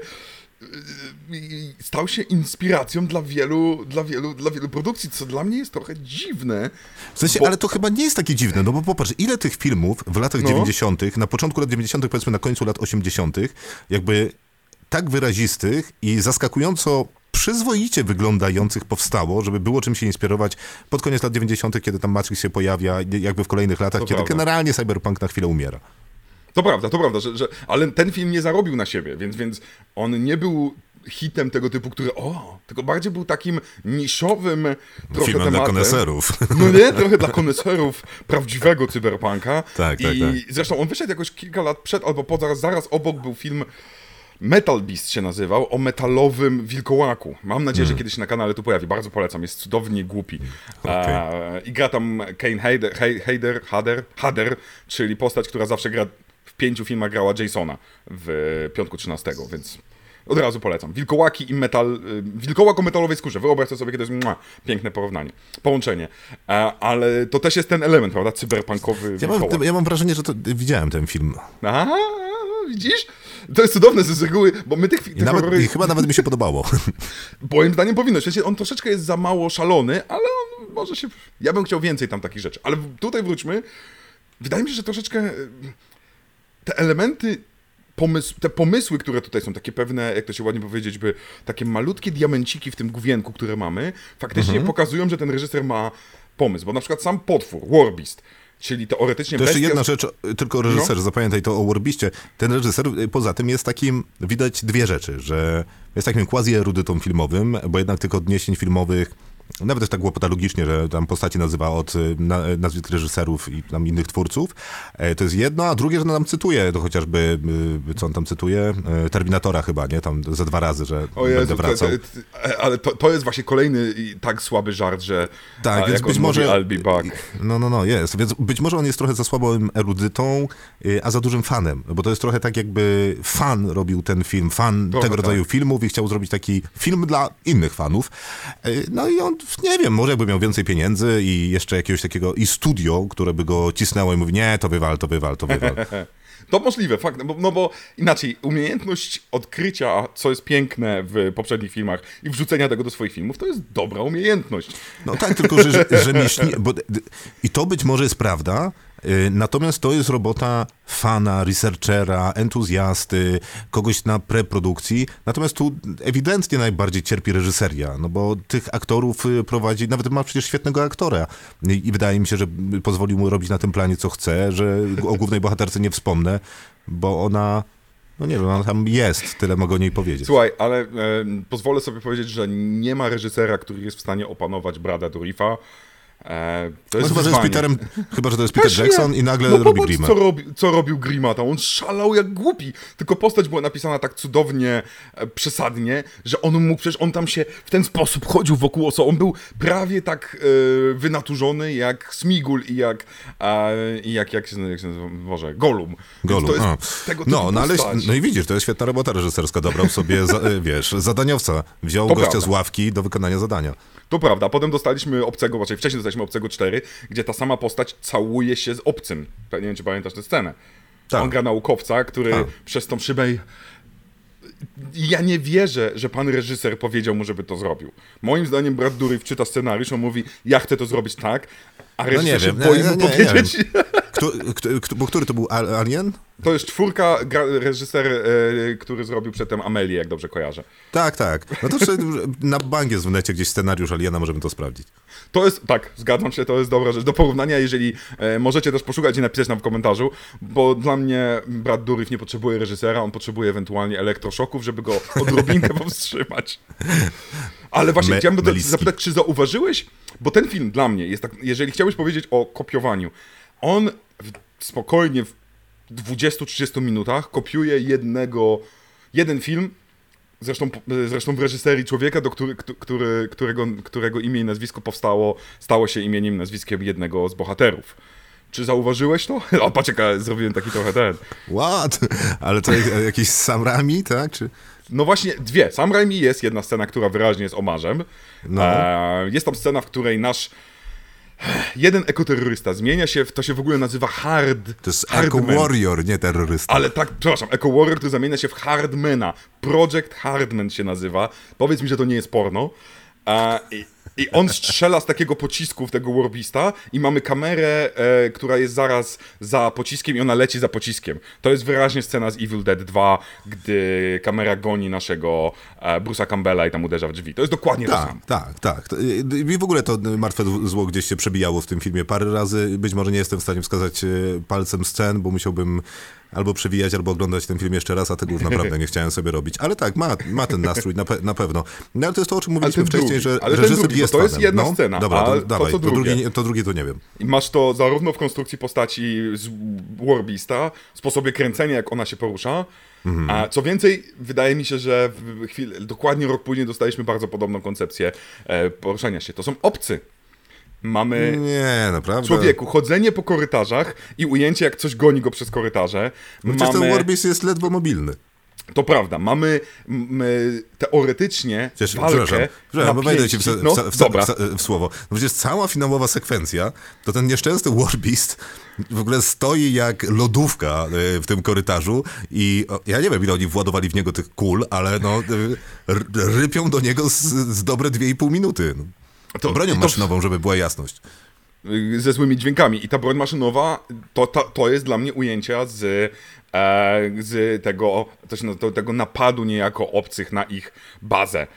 Speaker 1: stał się inspiracją dla wielu, dla wielu, dla wielu produkcji, co dla mnie jest trochę dziwne.
Speaker 2: W sensie,
Speaker 1: bo...
Speaker 2: ale to chyba nie jest takie dziwne, no bo popatrz, ile tych filmów w latach
Speaker 1: no.
Speaker 2: dziewięćdziesiątych, na początku lat dziewięćdziesiątych, powiedzmy na końcu lat osiemdziesiątych, jakby tak wyrazistych i zaskakująco przyzwoicie wyglądających powstało, żeby było czym się inspirować pod koniec lat dziewięćdziesiątych, kiedy tam Matrix się pojawia, jakby w kolejnych latach,
Speaker 1: To
Speaker 2: kiedy
Speaker 1: prawda.
Speaker 2: generalnie cyberpunk na chwilę umiera.
Speaker 1: To prawda, to prawda, że, że, ale ten film nie zarobił na siebie, więc, więc on nie był hitem tego typu, który o, tylko bardziej był takim niszowym trochę
Speaker 2: Filmem
Speaker 1: tematem.
Speaker 2: dla koneserów.
Speaker 1: No nie, trochę dla koneserów prawdziwego cyberpunka.
Speaker 2: Tak,
Speaker 1: I
Speaker 2: tak, tak.
Speaker 1: zresztą on wyszedł jakoś kilka lat przed albo po, zaraz, zaraz obok był film Metal Beast się nazywał, o metalowym wilkołaku. Mam nadzieję,
Speaker 2: Hmm.
Speaker 1: że kiedyś się na kanale tu pojawi. Bardzo polecam, jest cudownie głupi.
Speaker 2: Okay.
Speaker 1: E, I gra tam Kane Hader, Hader, Hader, Hader, czyli postać, która zawsze gra w pięciu filmach grała Jasona w Piątku trzynastego, więc od razu polecam. Wilkołaki i metal, wilkołak o metalowej skórze. Wyobraźcie sobie, kiedy to jest mua, piękne porównanie, połączenie. E, ale to też jest ten element, prawda, cyberpunkowy
Speaker 2: Ja mam,
Speaker 1: wilkołak.
Speaker 2: ja mam wrażenie, że to widziałem ten film.
Speaker 1: Aha, widzisz? To jest cudowne z reguły, bo my tych,
Speaker 2: I,
Speaker 1: tych
Speaker 2: nawet,
Speaker 1: horrory,
Speaker 2: I chyba nawet mi się podobało.
Speaker 1: moim zdaniem powinno. W sensie on troszeczkę jest za mało szalony, ale on może się... Ja bym chciał więcej tam takich rzeczy. Ale tutaj wróćmy. Wydaje mi się, że troszeczkę te elementy, pomysł, te pomysły, które tutaj są, takie pewne, jak to się ładnie powiedzieć, by takie malutkie diamenciki w tym główienku, które mamy, faktycznie
Speaker 2: Mhm.
Speaker 1: pokazują, że ten reżyser ma pomysł. Bo na przykład sam potwór, Warbeast, czyli teoretycznie
Speaker 2: To jeszcze
Speaker 1: bestia...
Speaker 2: jedna rzecz, tylko reżyser, no. Zapamiętaj to o Warbeastie. Ten reżyser poza tym jest takim, widać dwie rzeczy, że jest takim quasi-erudytą filmowym, bo jednak tych odniesień filmowych, nawet też tak było patologicznie, że tam postaci nazywa od na, nazwisk reżyserów i tam innych twórców. E, to jest jedno, a drugie, że nam cytuje, to chociażby, y, co on tam cytuje? E, Terminatora chyba, nie? Tam za dwa razy, że
Speaker 1: O Jezu,
Speaker 2: będę wracał.
Speaker 1: to, to, ale to, to jest właśnie kolejny tak słaby żart, że
Speaker 2: Tak,
Speaker 1: a,
Speaker 2: więc
Speaker 1: jak
Speaker 2: być
Speaker 1: on
Speaker 2: może...
Speaker 1: mówi, I'll be back.
Speaker 2: No, no, no, jest. Więc być może on jest trochę za słabym erudytą, y, a za dużym fanem, bo to jest trochę tak jakby fan robił ten film, fan
Speaker 1: Trochę
Speaker 2: tego
Speaker 1: tak.
Speaker 2: rodzaju filmów i chciał zrobić taki film dla innych fanów. Y, No i on, nie wiem, może jakby miał więcej pieniędzy i jeszcze jakiegoś takiego, i studio, które by go cisnęło i mówi, nie, to wywal, to wywal, to wywal.
Speaker 1: To możliwe, fakt, bo, no bo inaczej, umiejętność odkrycia, co jest piękne w poprzednich filmach i wrzucenia tego do swoich filmów, to jest dobra umiejętność.
Speaker 2: No tak, tylko że, że, że myśli, bo, i to być może jest prawda, y, natomiast to jest robota fana, researchera, entuzjasty, kogoś na preprodukcji, natomiast tu ewidentnie najbardziej cierpi reżyseria, no bo tych aktorów y, prowadzi, nawet ma przecież świetnego aktora i, i wydaje mi się, że pozwolił mu robić na tym planie co chce, że o głównej bohaterce nie wspomnę, bo ona... No nie wiem, ona tam jest, tyle mogę o niej powiedzieć.
Speaker 1: Słuchaj, ale e, pozwolę sobie powiedzieć, że nie ma reżysera, który jest w stanie opanować Brada Douriffa. E, to
Speaker 2: No
Speaker 1: jest
Speaker 2: chyba, że jest
Speaker 1: wyzwanie.
Speaker 2: Peterem, chyba, że to jest Peter
Speaker 1: Też
Speaker 2: Jackson
Speaker 1: nie.
Speaker 2: i nagle
Speaker 1: no,
Speaker 2: robi
Speaker 1: popatrz,
Speaker 2: Grima.
Speaker 1: Co, robi, co robił Grima tam? On szalał jak głupi. Tylko postać była napisana tak cudownie, e, przesadnie, że on mógł, przecież on tam się w ten sposób chodził wokół osa. On był prawie tak e, wynaturzony jak Smigul i jak, e, i jak, jak, się, jak się nazywa, Boże, Gollum. Więc
Speaker 2: Gollum,
Speaker 1: to jest
Speaker 2: a.
Speaker 1: tego typu
Speaker 2: No, no, ale,
Speaker 1: postać.
Speaker 2: no i widzisz, to jest świetna robota reżyserska. Dobrał sobie, za, wiesz, zadaniowca. Wziął
Speaker 1: To
Speaker 2: gościa
Speaker 1: prawda.
Speaker 2: z ławki do wykonania zadania.
Speaker 1: To prawda, potem dostaliśmy Obcego, raczej wcześniej dostaliśmy Obcego cztery, gdzie ta sama postać całuje się z Obcym. Nie wiem, czy pamiętasz tę scenę.
Speaker 2: Tak.
Speaker 1: On gra naukowca, który
Speaker 2: Tak.
Speaker 1: przez tą szybę... Ja nie wierzę, że pan reżyser powiedział mu, żeby to zrobił. Moim zdaniem Brad Dourif czyta scenariusz, on mówi, ja chcę to zrobić tak, a
Speaker 2: No
Speaker 1: reżyser
Speaker 2: nie
Speaker 1: się
Speaker 2: wiem,
Speaker 1: boi
Speaker 2: nie,
Speaker 1: mu
Speaker 2: nie, nie,
Speaker 1: powiedzieć...
Speaker 2: nie Kto, kto, kto, bo który to był Al- Alien?
Speaker 1: To jest czwórka, gra, reżyser, e, który zrobił przedtem Amelię, jak dobrze kojarzę.
Speaker 2: Tak, tak. No to czy, na bank jest w necie gdzieś scenariusz Aliena, możemy to sprawdzić.
Speaker 1: To jest, tak, zgadzam się, to jest dobra rzecz do porównania, jeżeli e, możecie też poszukać i napisać nam w komentarzu, bo dla mnie Brad Dourif nie potrzebuje reżysera, on potrzebuje ewentualnie elektroszoków, żeby go odrobinkę powstrzymać. Ale właśnie
Speaker 2: Me-
Speaker 1: chciałem do-
Speaker 2: Meliski.
Speaker 1: zapytać, czy zauważyłeś, bo ten film dla mnie jest tak, jeżeli chciałbyś powiedzieć o kopiowaniu, on w, spokojnie w dwudziestu trzydziestu minutach kopiuje jednego, jeden film, Zresztą, zresztą w reżyserii człowieka, do który, który, którego, którego imię i nazwisko powstało, stało się imieniem i nazwiskiem jednego z bohaterów. Czy zauważyłeś to? O, patrz, jaka zrobiłem taki trochę ten.
Speaker 2: What? Ale to jakiś Sam Raimi, tak? Czy...
Speaker 1: No właśnie, dwie. Sam Raimi jest jedna scena, która wyraźnie jest omarzem.
Speaker 2: No.
Speaker 1: E, jest tam scena, w której nasz jeden ekoterrorysta zmienia się, w, to się w ogóle nazywa Hard.
Speaker 2: To jest
Speaker 1: Hardman.
Speaker 2: Eco Warrior, nie terrorysta.
Speaker 1: Ale tak, przepraszam, Eco Warrior, który zamienia się w Hardmana. Project Hardman się nazywa. Powiedz mi, że to nie jest porno. A, i, I on strzela z takiego pocisku w tego Warbista i mamy kamerę, e, która jest zaraz za pociskiem i ona leci za pociskiem. To jest wyraźnie scena z Evil Dead dwa, gdy kamera goni naszego e, Bruce'a Campbella i tam uderza w drzwi. To jest dokładnie
Speaker 2: tak,
Speaker 1: to samo.
Speaker 2: Tak, tak. I w ogóle to martwe zło gdzieś się przebijało w tym filmie parę razy. Być może nie jestem w stanie wskazać palcem scen, bo musiałbym albo przewijać, albo oglądać ten film jeszcze raz, a tego już naprawdę nie chciałem sobie robić. Ale tak, ma, ma ten nastrój, na, pe- na pewno. No ale to jest to, o czym mówiliśmy wcześniej,
Speaker 1: drugi,
Speaker 2: że
Speaker 1: ale
Speaker 2: reżyser
Speaker 1: drugi,
Speaker 2: jest
Speaker 1: to jest
Speaker 2: fanem.
Speaker 1: jedna
Speaker 2: no,
Speaker 1: scena,
Speaker 2: dobra,
Speaker 1: a
Speaker 2: to,
Speaker 1: to
Speaker 2: dawaj,
Speaker 1: co
Speaker 2: to,
Speaker 1: drugie?
Speaker 2: drugi, to drugie to nie wiem.
Speaker 1: I masz to zarówno w konstrukcji postaci z Warbista, sposobie kręcenia, jak ona się porusza. Mhm. A co więcej, wydaje mi się, że w chwili, dokładnie rok później dostaliśmy bardzo podobną koncepcję e, poruszania się. To są obcy. Mamy
Speaker 2: nie, naprawdę.
Speaker 1: Człowieku, chodzenie po korytarzach i ujęcie, jak coś goni go przez korytarze.
Speaker 2: No przecież
Speaker 1: mamy...
Speaker 2: ten Warbist jest ledwo mobilny.
Speaker 1: To prawda, mamy m, teoretycznie
Speaker 2: przecież,
Speaker 1: walkę
Speaker 2: przepraszam, przepraszam, bo wejdę ci w, w,
Speaker 1: no,
Speaker 2: w, w, w, w słowo. No przecież cała finałowa sekwencja, to ten nieszczęsny Warbist w ogóle stoi jak lodówka w tym korytarzu i o, ja nie wiem, ile oni władowali w niego tych kul, ale no r, rypią do niego z, z dobre dwie i pół minuty. No. To, bronią to... maszynową, żeby była jasność.
Speaker 1: Ze złymi dźwiękami. I ta broń maszynowa, to, to, to jest dla mnie ujęcia z, e, z tego, to się nazywa, tego napadu niejako obcych na ich bazę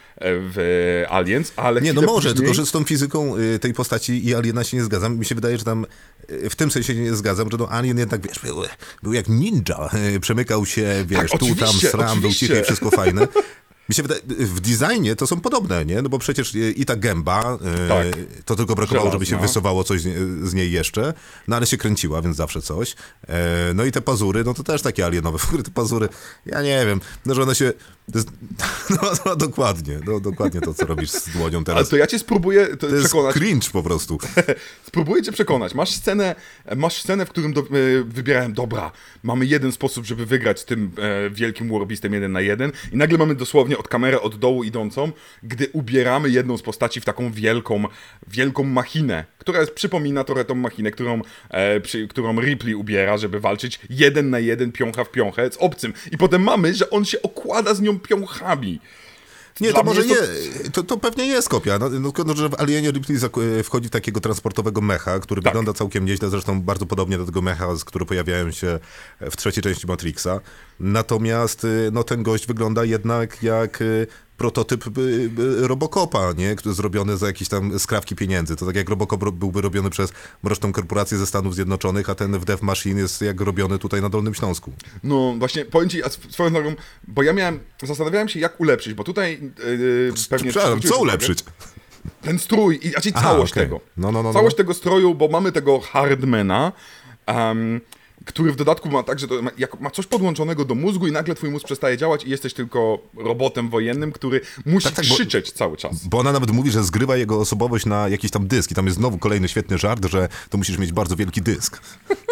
Speaker 1: w Aliens, ale
Speaker 2: nie, no może,
Speaker 1: później...
Speaker 2: tylko że z tą fizyką tej postaci i Aliena się nie zgadzam. Mi się wydaje, że tam w tym sensie nie zgadzam, że no Alien jednak, wiesz, był, był jak ninja. Przemykał się, wiesz, tak, tu, tam, sram, był cichy i wszystko fajne. Mi się wydaje, w designie to są podobne, nie? No bo przecież i ta gęba, tak. to tylko brakowało, Żelazna. Żeby się wysuwało coś z niej jeszcze, no ale się kręciła, więc zawsze coś. No i te pazury, no to też takie alienowe. W ogóle te pazury, ja nie wiem, no że one się... No, no dokładnie, no dokładnie to, co robisz z dłonią teraz.
Speaker 1: Ale to ja cię spróbuję to
Speaker 2: to
Speaker 1: przekonać.
Speaker 2: To jest cringe po prostu.
Speaker 1: Spróbuję cię przekonać. Masz scenę, masz scenę, w którym do, wybierałem, dobra, mamy jeden sposób, żeby wygrać z tym e, wielkim Warbistem jeden na jeden i nagle mamy dosłownie od kamery od dołu idącą, gdy ubieramy jedną z postaci w taką wielką, wielką machinę, która jest, przypomina trochę tą machinę, którą, e, przy, którą Ripley ubiera, żeby walczyć jeden na jeden, piącha w piąchę z obcym. I potem mamy, że on się okłada z nią piąchami.
Speaker 2: Nie, to może to... nie, to, to pewnie jest kopia. No, no, no, że w Alienie Ripley wchodzi w takiego transportowego mecha, który tak. wygląda całkiem nieźle, zresztą bardzo podobnie do tego mecha, które pojawiają się w trzeciej części Matrixa. Natomiast no, ten gość wygląda jednak jak prototyp Robocopa, nie? Który zrobiony za jakieś tam skrawki pieniędzy. To tak jak Robocop byłby robiony przez mroczną korporację ze Stanów Zjednoczonych, a ten w Death Machine jest jak robiony tutaj na Dolnym Śląsku.
Speaker 1: No właśnie, powiem ci, a swoją drogą, bo ja miałem, zastanawiałem się jak ulepszyć, bo tutaj yy, pewnie...
Speaker 2: Przepraszam, co ulepszyć?
Speaker 1: Ten strój, i znaczy całość
Speaker 2: okay.
Speaker 1: tego.
Speaker 2: No, no, no,
Speaker 1: całość
Speaker 2: no.
Speaker 1: tego stroju, bo mamy tego Hardmana, um, który w dodatku ma tak, że to ma, jak ma coś podłączonego do mózgu i nagle twój mózg przestaje działać i jesteś tylko robotem wojennym, który musi tak, tak, krzyczeć bo, cały czas.
Speaker 2: Bo ona nawet mówi, że zgrywa jego osobowość na jakiś tam dysk i tam jest znowu kolejny świetny żart, że to musisz mieć bardzo wielki dysk.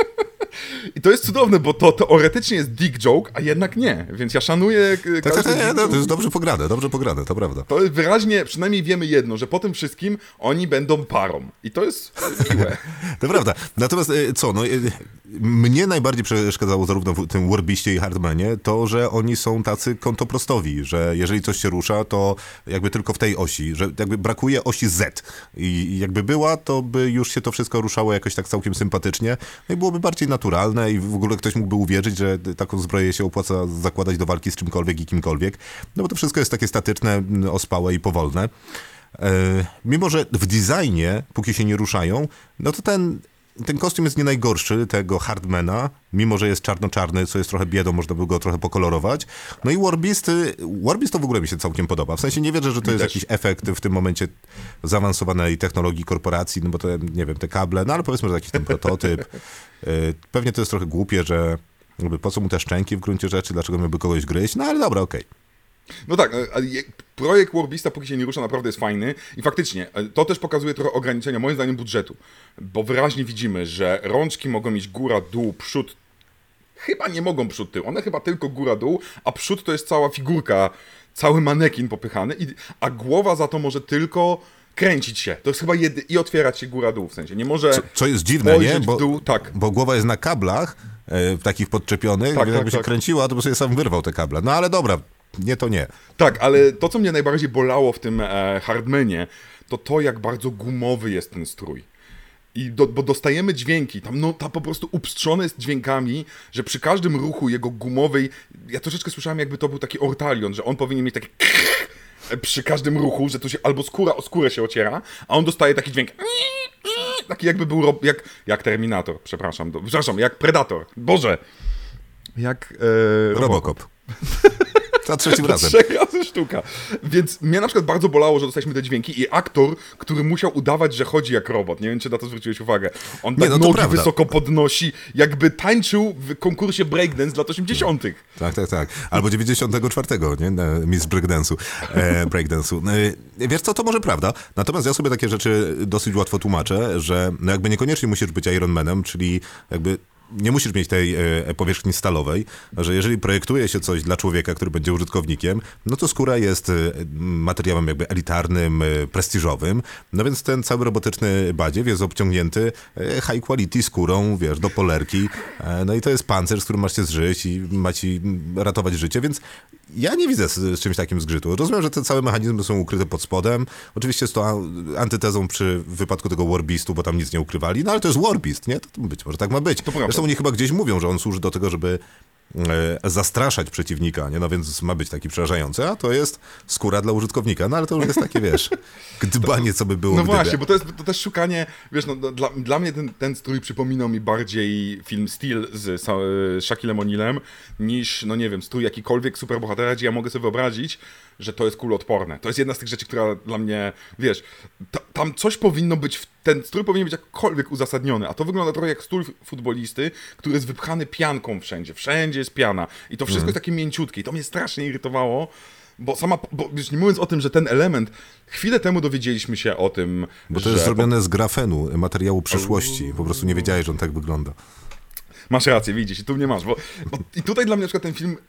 Speaker 1: I to jest cudowne, bo to teoretycznie jest dick joke, a jednak nie, więc ja szanuję...
Speaker 2: Tak, tak, tak, no, to jest dobrze pograne, dobrze pograne, to prawda.
Speaker 1: To jest wyraźnie, przynajmniej wiemy jedno, że po tym wszystkim oni będą parą. I to jest miłe.
Speaker 2: To prawda. Natomiast co, no mnie najbardziej przeszkadzało zarówno w tym Warbiście i Hardmanie to, że oni są tacy kątoprostowi, że jeżeli coś się rusza, to jakby tylko w tej osi, że jakby brakuje osi Z. I jakby była, to by już się to wszystko ruszało jakoś tak całkiem sympatycznie, no i byłoby bardziej naturalne i w ogóle ktoś mógłby uwierzyć, że taką zbroję się opłaca zakładać do walki z czymkolwiek i kimkolwiek, no bo to wszystko jest takie statyczne, ospałe i powolne. E, mimo, że w designie, póki się nie ruszają, no to ten, ten kostium jest nie najgorszy, tego Hardmana, mimo, że jest czarno-czarny, co jest trochę biedą, można by go trochę pokolorować. No i Warbist, Warbist to w ogóle mi się całkiem podoba. W sensie nie wierzę, że to jest jakiś efekt w tym momencie zaawansowanej technologii korporacji, no bo to, nie wiem, te kable, no ale powiedzmy, że jakiś ten prototyp. Pewnie to jest trochę głupie, że jakby po co mu te szczęki w gruncie rzeczy, dlaczego miałby kogoś gryźć, no ale dobra, okej. Okay.
Speaker 1: No tak, projekt Warbista, póki się nie rusza, naprawdę jest fajny i faktycznie to też pokazuje trochę ograniczenia, moim zdaniem, budżetu, bo wyraźnie widzimy, że rączki mogą iść góra, dół, przód, chyba nie mogą przód, tył, one chyba tylko góra, dół, a przód to jest cała figurka, cały manekin popychany, i, a głowa za to może tylko kręcić się, to jest chyba jedy, i otwierać się góra, dół, w sensie, nie może
Speaker 2: Co, co jest dziwne, nie? Bo,
Speaker 1: w dół, tak.
Speaker 2: bo głowa jest na kablach, e, takich podczepionych, tak, więc jakby tak, się tak. kręciła, to by sobie sam wyrwał te kable, no ale dobra. Nie, to nie.
Speaker 1: Tak, ale to, co mnie najbardziej bolało w tym e, Hardmanie, to to, jak bardzo gumowy jest ten strój. I do, bo dostajemy dźwięki, tam, no, tam po prostu upstrzone jest dźwiękami, że przy każdym ruchu jego gumowej, ja troszeczkę słyszałem, jakby to był taki ortalion, że on powinien mieć taki przy każdym ruchu, że tu się albo skóra o skórę się ociera, a on dostaje taki dźwięk taki jakby był, jak, jak Terminator, przepraszam, do, przepraszam, jak Predator, Boże, jak e,
Speaker 2: Robocop. Za trzecim razem.
Speaker 1: Trzech razy sztuka. Więc mnie na przykład bardzo bolało, że dostaliśmy te dźwięki i aktor, który musiał udawać, że chodzi jak robot. Nie wiem, czy na to zwróciłeś uwagę. On tak
Speaker 2: no
Speaker 1: nogi
Speaker 2: prawda.
Speaker 1: wysoko podnosi, jakby tańczył w konkursie breakdance z lat osiemdziesiątych.
Speaker 2: Tak, tak, tak. Albo dziewięćdziesiątego czwartego, nie? Miss Breakdance'u. E, breakdance'u. E, wiesz co, to może prawda. Natomiast ja sobie takie rzeczy dosyć łatwo tłumaczę, że no jakby niekoniecznie musisz być Iron Manem, czyli jakby nie musisz mieć tej e, powierzchni stalowej, że jeżeli projektuje się coś dla człowieka, który będzie użytkownikiem, no to skóra jest e, materiałem jakby elitarnym, e, prestiżowym, no więc ten cały robotyczny badziew jest obciągnięty e, high quality skórą, wiesz, do polerki, e, no i to jest pancerz, z którym masz się zżyć i ma ci ratować życie, więc ja nie widzę z, z czymś takim zgrzytu. Rozumiem, że te całe mechanizmy są ukryte pod spodem. Oczywiście jest to antytezą przy wypadku tego Warbeastu, bo tam nic nie ukrywali, no ale to jest Warbeast, nie? To być może tak ma być. Zresztą oni chyba gdzieś mówią, że on służy do tego, żeby e, zastraszać przeciwnika, nie? No więc ma być taki przerażający, a to jest skóra dla użytkownika, no ale to już jest takie, wiesz, dbanie, co by było.
Speaker 1: No
Speaker 2: gdyby.
Speaker 1: właśnie, bo to jest to też szukanie, wiesz, no, no, dla, dla mnie ten, ten strój przypominał mi bardziej film Steel z Shaquillem O'Nealem niż, no nie wiem, strój jakikolwiek superbohatera, gdzie ja mogę sobie wyobrazić, że to jest kuloodporne. To jest jedna z tych rzeczy, która dla mnie, wiesz, ta, tam coś powinno być, ten strój powinien być jakkolwiek uzasadniony, a to wygląda trochę jak strój futbolisty, który jest wypchany pianką wszędzie. Wszędzie jest piana i to wszystko mm. jest takie mięciutkie i to mnie strasznie irytowało, bo sama, bo wiesz, nie mówiąc o tym, że ten element, chwilę temu dowiedzieliśmy się o tym,
Speaker 2: Bo to
Speaker 1: że...
Speaker 2: jest zrobione z grafenu, materiału przyszłości. Po prostu nie wiedziałeś, że on tak wygląda.
Speaker 1: Masz rację, widzisz, i tu nie masz, bo, bo i tutaj dla mnie na przykład ten film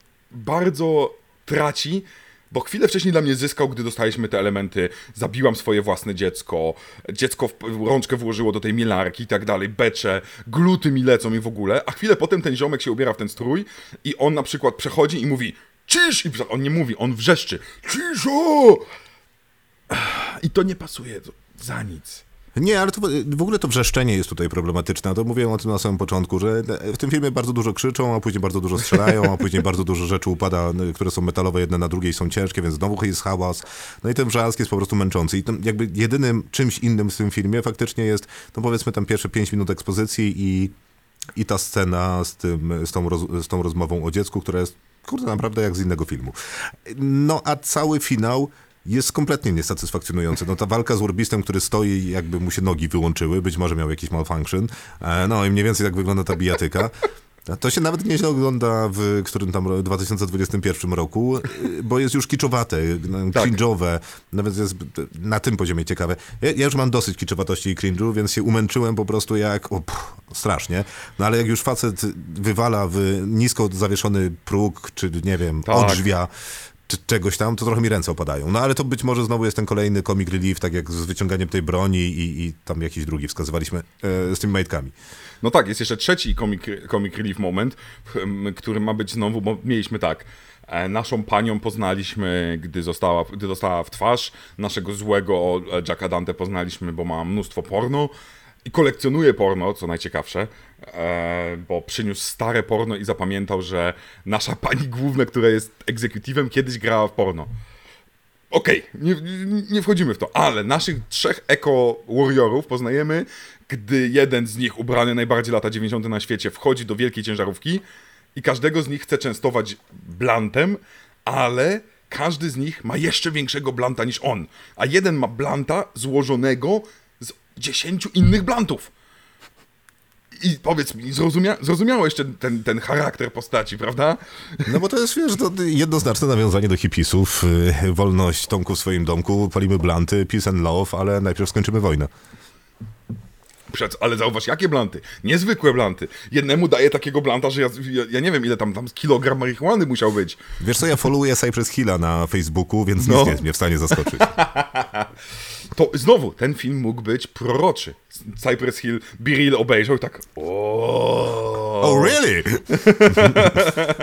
Speaker 1: bardzo traci, bo chwilę wcześniej dla mnie zyskał, gdy dostaliśmy te elementy, zabiłam swoje własne dziecko, dziecko w rączkę włożyło do tej mielarki i tak dalej, becze, gluty mi lecą i w ogóle, a chwilę potem ten ziomek się ubiera w ten strój i on na przykład przechodzi i mówi cisz! I on nie mówi, on wrzeszczy ciszo! I to nie pasuje za nic.
Speaker 2: Nie, ale to w ogóle to wrzeszczenie jest tutaj problematyczne. To mówiłem o tym na samym początku, że w tym filmie bardzo dużo krzyczą, a później bardzo dużo strzelają, a później bardzo dużo rzeczy upada, które są metalowe jedne na drugie i są ciężkie, więc znowu jest hałas. No i ten wrzask jest po prostu męczący. I tam jakby jedynym czymś innym w tym filmie faktycznie jest, no powiedzmy tam pierwsze pięć minut ekspozycji i, i ta scena z, tym, z, tą roz, z tą rozmową o dziecku, która jest, kurde, naprawdę jak z innego filmu. No a cały finał jest kompletnie niesatysfakcjonujący. No ta walka z Warbeastem, który stoi, jakby mu się nogi wyłączyły, być może miał jakiś malfunction. No i mniej więcej tak wygląda ta bijatyka. To się nawet nieźle ogląda w którym tam dwa tysiące dwudziestym pierwszym roku, bo jest już kiczowate, tak. cringe'owe, nawet jest na tym poziomie ciekawe. Ja, ja już mam dosyć kiczowatości i cringe'u, więc się umęczyłem po prostu jak, o, pff, strasznie. No ale jak już facet wywala w nisko zawieszony próg, czy nie wiem,
Speaker 1: tak.
Speaker 2: odrzwia, czy czegoś tam, to trochę mi ręce opadają. No ale to być może znowu jest ten kolejny comic relief, tak jak z wyciąganiem tej broni i, i tam jakiś drugi wskazywaliśmy e, z tymi majtkami.
Speaker 1: No tak, jest jeszcze trzeci comic, comic relief moment, który ma być znowu, bo mieliśmy tak, e, naszą panią poznaliśmy, gdy została, gdy dostała w twarz, naszego złego Jacka Dante poznaliśmy, bo ma mnóstwo porno i kolekcjonuje porno, co najciekawsze, e, bo przyniósł stare porno i zapamiętał, że nasza pani główna, która jest egzekutywem, kiedyś grała w porno. Okej, okay, nie, nie wchodzimy w to, ale naszych trzech eko-warriorów poznajemy, gdy jeden z nich, ubrany najbardziej lata dziewięćdziesiąte na świecie, wchodzi do wielkiej ciężarówki i każdego z nich chce częstować blantem, ale każdy z nich ma jeszcze większego blanta niż on, a jeden ma blanta złożonego z dziesięciu innych blantów. I powiedz mi, zrozumia zrozumiało jeszcze ten, ten charakter postaci, prawda?
Speaker 2: No bo to jest, wiesz, to jednoznaczne nawiązanie do hipisów, yy, wolność, Tomku w swoim domku, palimy blanty, peace and love, ale najpierw skończymy wojnę.
Speaker 1: Przecież, ale zauważ, jakie blanty? Niezwykłe blanty. Jednemu daje takiego blanta, że ja, ja, ja nie wiem, ile tam, tam kilogram marihuany musiał być.
Speaker 2: Wiesz co, ja followuję Cypress Hilla na Facebooku, więc no. nic nie jest mnie w stanie zaskoczyć.
Speaker 1: To znowu, ten film mógł być proroczy. Cypress Hill, Be Real obejrzał i tak...
Speaker 2: Oh, really?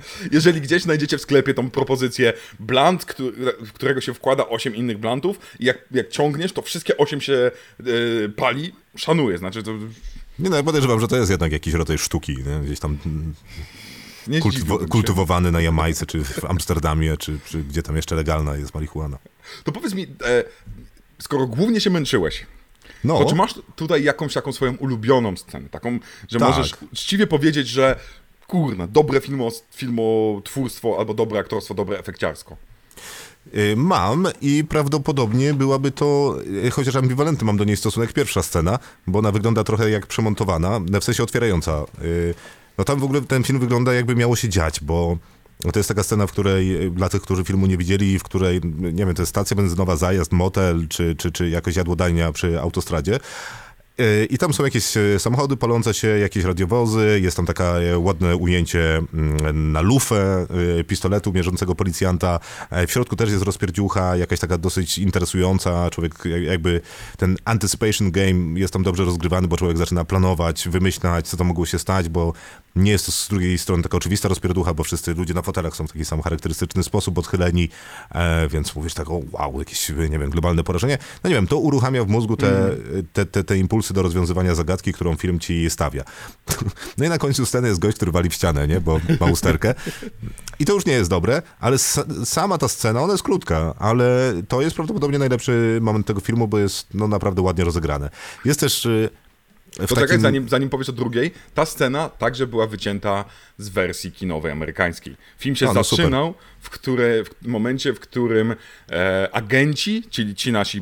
Speaker 1: Jeżeli gdzieś znajdziecie w sklepie tą propozycję blunt, który, w którego się wkłada osiem innych bluntów i jak, jak ciągniesz, to wszystkie osiem się yy, pali, szanuję, znaczy to...
Speaker 2: Nie no, ja podejrzewam, że to jest jednak jakiś rodzaj sztuki, nie? Gdzieś tam
Speaker 1: Nie
Speaker 2: kultywo- kultywowany na Jamajce, czy w Amsterdamie, czy, czy gdzie tam jeszcze legalna jest marihuana.
Speaker 1: To powiedz mi, e, skoro głównie się męczyłeś,
Speaker 2: No.
Speaker 1: to czy masz tutaj jakąś taką swoją ulubioną scenę? Taką, że
Speaker 2: Tak.
Speaker 1: możesz uczciwie powiedzieć, że kurna, dobre filmo, filmotwórstwo albo dobre aktorstwo, dobre efekciarsko.
Speaker 2: Y, Mam i prawdopodobnie byłaby to, y, chociaż ambiwalentny mam do niej stosunek, pierwsza scena, bo ona wygląda trochę jak przemontowana, w sensie otwierająca. Y, No tam w ogóle ten film wygląda jakby miało się dziać, bo to jest taka scena, w której, y, dla tych, którzy filmu nie widzieli, w której, nie wiem, to jest stacja benzynowa, zajazd, motel, czy, czy, czy jakoś jadłodajnia przy autostradzie. Y, I tam są jakieś y, samochody palące się, jakieś radiowozy, jest tam taka y, ładne ujęcie mm, na lufę y, pistoletu mierzącego policjanta. E, W środku też jest rozpierdziucha, jakaś taka dosyć interesująca. Człowiek jak- jakby, ten anticipation game jest tam dobrze rozgrywany, bo człowiek zaczyna planować, wymyślać, co to mogło się stać, bo nie jest to z drugiej strony taka oczywista rozpierducha, bo wszyscy ludzie na fotelach są w taki sam charakterystyczny sposób odchyleni, e, więc mówisz tak, o wow, jakieś, nie wiem, globalne porażenie. No nie wiem, to uruchamia w mózgu te, te, te, te impulsy do rozwiązywania zagadki, którą film ci stawia. No i na końcu sceny jest gość, który wali w ścianę, nie, bo ma usterkę. I to już nie jest dobre, ale sa, sama ta scena, ona jest krótka, ale to jest prawdopodobnie najlepszy moment tego filmu, bo jest no naprawdę ładnie rozegrane. Jest też... y, w
Speaker 1: To czekaj,
Speaker 2: takim...
Speaker 1: zanim, zanim powiesz o drugiej, ta scena także była wycięta z wersji kinowej amerykańskiej. Film się
Speaker 2: A, no
Speaker 1: zaczynał w, które, w momencie, w którym e, agenci, czyli ci nasi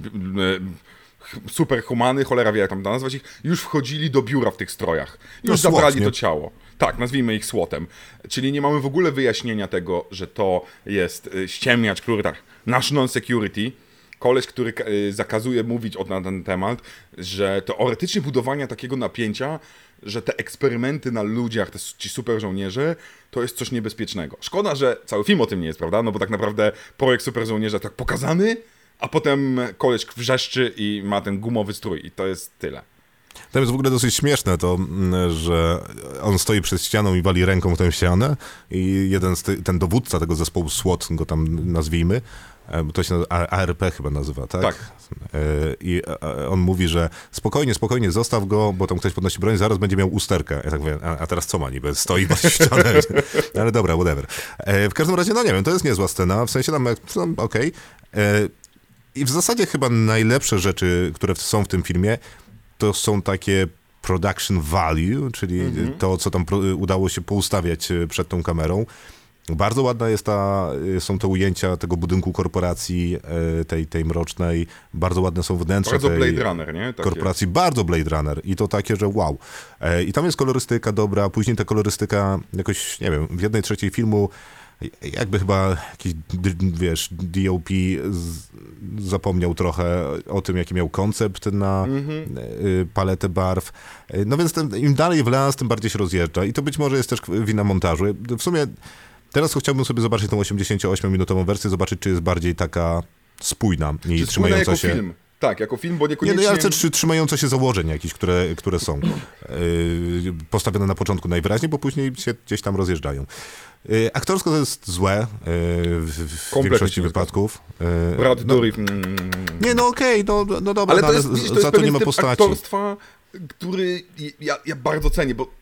Speaker 1: e, superhumany, cholera wie jak tam nazwać ich, już wchodzili do biura w tych strojach. Już
Speaker 2: No, SWAT,
Speaker 1: zabrali
Speaker 2: nie?
Speaker 1: to ciało. Tak, nazwijmy ich słotem. Czyli nie mamy w ogóle wyjaśnienia tego, że to jest e, ściemniacz, który tak, National Security, koleś, który y, zakazuje mówić o, na ten temat, że teoretycznie budowania takiego napięcia, że te eksperymenty na ludziach, te, ci super żołnierze, to jest coś niebezpiecznego. Szkoda, że cały film o tym nie jest, prawda? No bo tak naprawdę projekt super żołnierza tak pokazany, a potem koleś wrzeszczy i ma ten gumowy strój i to jest tyle.
Speaker 2: Tam jest w ogóle dosyć śmieszne to, mm, że on stoi przed ścianą i wali ręką w tę ścianę i jeden z ty, ten dowódca tego zespołu SWAT, go tam nazwijmy, e, bo to się nazywa, A R P chyba nazywa, tak?
Speaker 1: Tak.
Speaker 2: E, I e, on mówi, że spokojnie, spokojnie, zostaw go, bo tam ktoś podnosi broń, zaraz będzie miał usterkę. Ja tak mówię, a, a teraz co ma niby? Stoi pod ścianę. Ale dobra, whatever. E, w każdym razie, no nie wiem, to jest niezła scena, w sensie tam, no, okej. Okay. I w zasadzie chyba najlepsze rzeczy, które są w tym filmie, to są takie production value, czyli mm-hmm. to, co tam udało się poustawiać przed tą kamerą. Bardzo ładna jest ta, są te ujęcia tego budynku korporacji, tej, tej mrocznej. Bardzo ładne są wnętrza
Speaker 1: bardzo
Speaker 2: tej
Speaker 1: Blade Runner, nie? Takie.
Speaker 2: korporacji. Bardzo Blade Runner. I to takie, że wow. I tam jest kolorystyka dobra, później ta kolorystyka jakoś, nie wiem, w jednej trzeciej filmu jakby chyba jakiś, wiesz, D O P z, zapomniał trochę o tym, jaki miał koncept na mm-hmm. y, paletę barw. No więc ten, im dalej w las, tym bardziej się rozjeżdża. I to być może jest też wina montażu. W sumie teraz chciałbym sobie zobaczyć tą osiemdziesięcioośmiominutową wersję, zobaczyć, czy jest bardziej taka spójna i
Speaker 1: czy
Speaker 2: trzymająca
Speaker 1: jako
Speaker 2: się...
Speaker 1: film. Tak, jako film, bo
Speaker 2: Nie,
Speaker 1: niekoniecznie...
Speaker 2: no ale też trzymające się założeń jakichś, które, które są yy, postawione na początku najwyraźniej, bo później się gdzieś tam rozjeżdżają. Yy, aktorsko to jest złe yy, w, w większości wypadków. Yy,
Speaker 1: Brad
Speaker 2: no,
Speaker 1: Dourif. Mm.
Speaker 2: Nie, no okej, okay, no, no dobra,
Speaker 1: ale
Speaker 2: no,
Speaker 1: to
Speaker 2: ale
Speaker 1: jest,
Speaker 2: z,
Speaker 1: widzisz, to jest
Speaker 2: za to nie ma
Speaker 1: typ
Speaker 2: postaci.
Speaker 1: aktorstwa, który ja, ja bardzo cenię, bo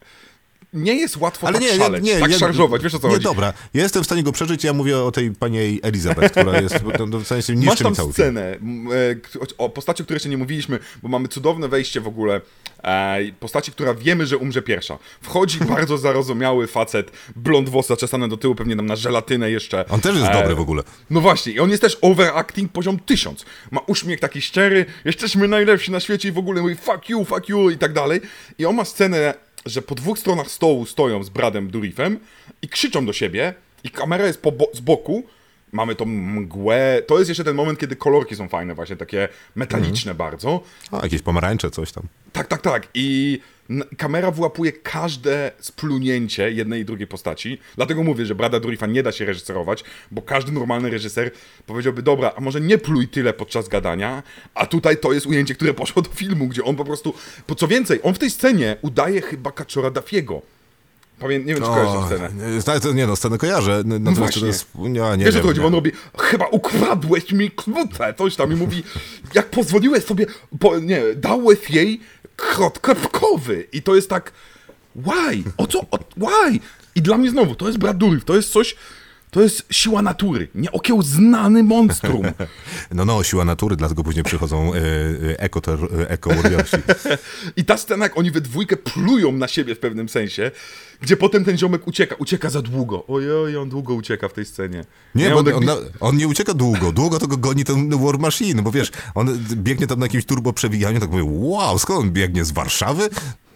Speaker 1: nie jest łatwo
Speaker 2: ale
Speaker 1: tak
Speaker 2: nie,
Speaker 1: szaleć,
Speaker 2: nie, nie,
Speaker 1: tak
Speaker 2: nie,
Speaker 1: szarżować, wiesz o co
Speaker 2: nie,
Speaker 1: chodzi?
Speaker 2: dobra, ja jestem w stanie go przeżyć, ja mówię o tej pani Elizabeth, która jest, no, w sensie niszczy
Speaker 1: Masz tam
Speaker 2: mi cały
Speaker 1: scenę m, e, o postaci, o której jeszcze nie mówiliśmy, bo mamy cudowne wejście w ogóle e, postaci, która wiemy, że umrze pierwsza. Wchodzi bardzo zarozumiały facet, blond włosy zaczesane do tyłu, pewnie nam na żelatynę jeszcze.
Speaker 2: On też jest
Speaker 1: e,
Speaker 2: dobry w ogóle.
Speaker 1: No właśnie, i on jest też overacting poziom tysiąc. Ma uśmiech taki szczery, jesteśmy najlepsi na świecie i w ogóle mówi fuck you, fuck you i tak dalej. I on ma scenę, że po dwóch stronach stołu stoją z Bradem Dourifem i krzyczą do siebie i kamera jest po bo- z boku, mamy tą mgłę, to jest jeszcze ten moment, kiedy kolorki są fajne właśnie, takie metaliczne mm. bardzo.
Speaker 2: A, jakieś pomarańcze, coś tam.
Speaker 1: Tak, tak, tak i n- kamera wyłapuje każde splunięcie jednej i drugiej postaci, dlatego mówię, że Brada Dourifa nie da się reżyserować, bo każdy normalny reżyser powiedziałby, dobra, a może nie pluj tyle podczas gadania, a tutaj to jest ujęcie, które poszło do filmu, gdzie on po prostu, po co więcej, on w tej scenie udaje chyba Kaczora Duffiego. Pamię... Nie wiem, czy kojarzysz tę scenę.
Speaker 2: Nie, to, nie no, scenę kojarzę. No,
Speaker 1: no właśnie.
Speaker 2: To jest, nie, nie
Speaker 1: Wiesz,
Speaker 2: wiem,
Speaker 1: o co chodzi?
Speaker 2: nie.
Speaker 1: On robi, chyba ukradłeś mi knutę, coś tam i mówi, jak pozwoliłeś sobie, po, nie, dałeś jej krot kropkowy. I to jest tak, why? O co? O, why? I dla mnie znowu, to jest Brad Dourif, to jest coś... To jest siła natury, nieokiełznany monstrum.
Speaker 2: No, no, siła natury, dlatego później przychodzą e, e, eko, ter, e, eko warriorsi.
Speaker 1: I ta scena, jak oni we dwójkę plują na siebie w pewnym sensie, gdzie potem ten ziomek ucieka, ucieka za długo. Ojoj, on długo ucieka w tej scenie.
Speaker 2: Nie,
Speaker 1: nie
Speaker 2: bo
Speaker 1: on,
Speaker 2: on, on, on nie ucieka długo, długo to go goni ten War Machine, bo wiesz, on biegnie tam na jakimś turbo przewijaniu, tak mówię, wow, skąd on biegnie, z Warszawy?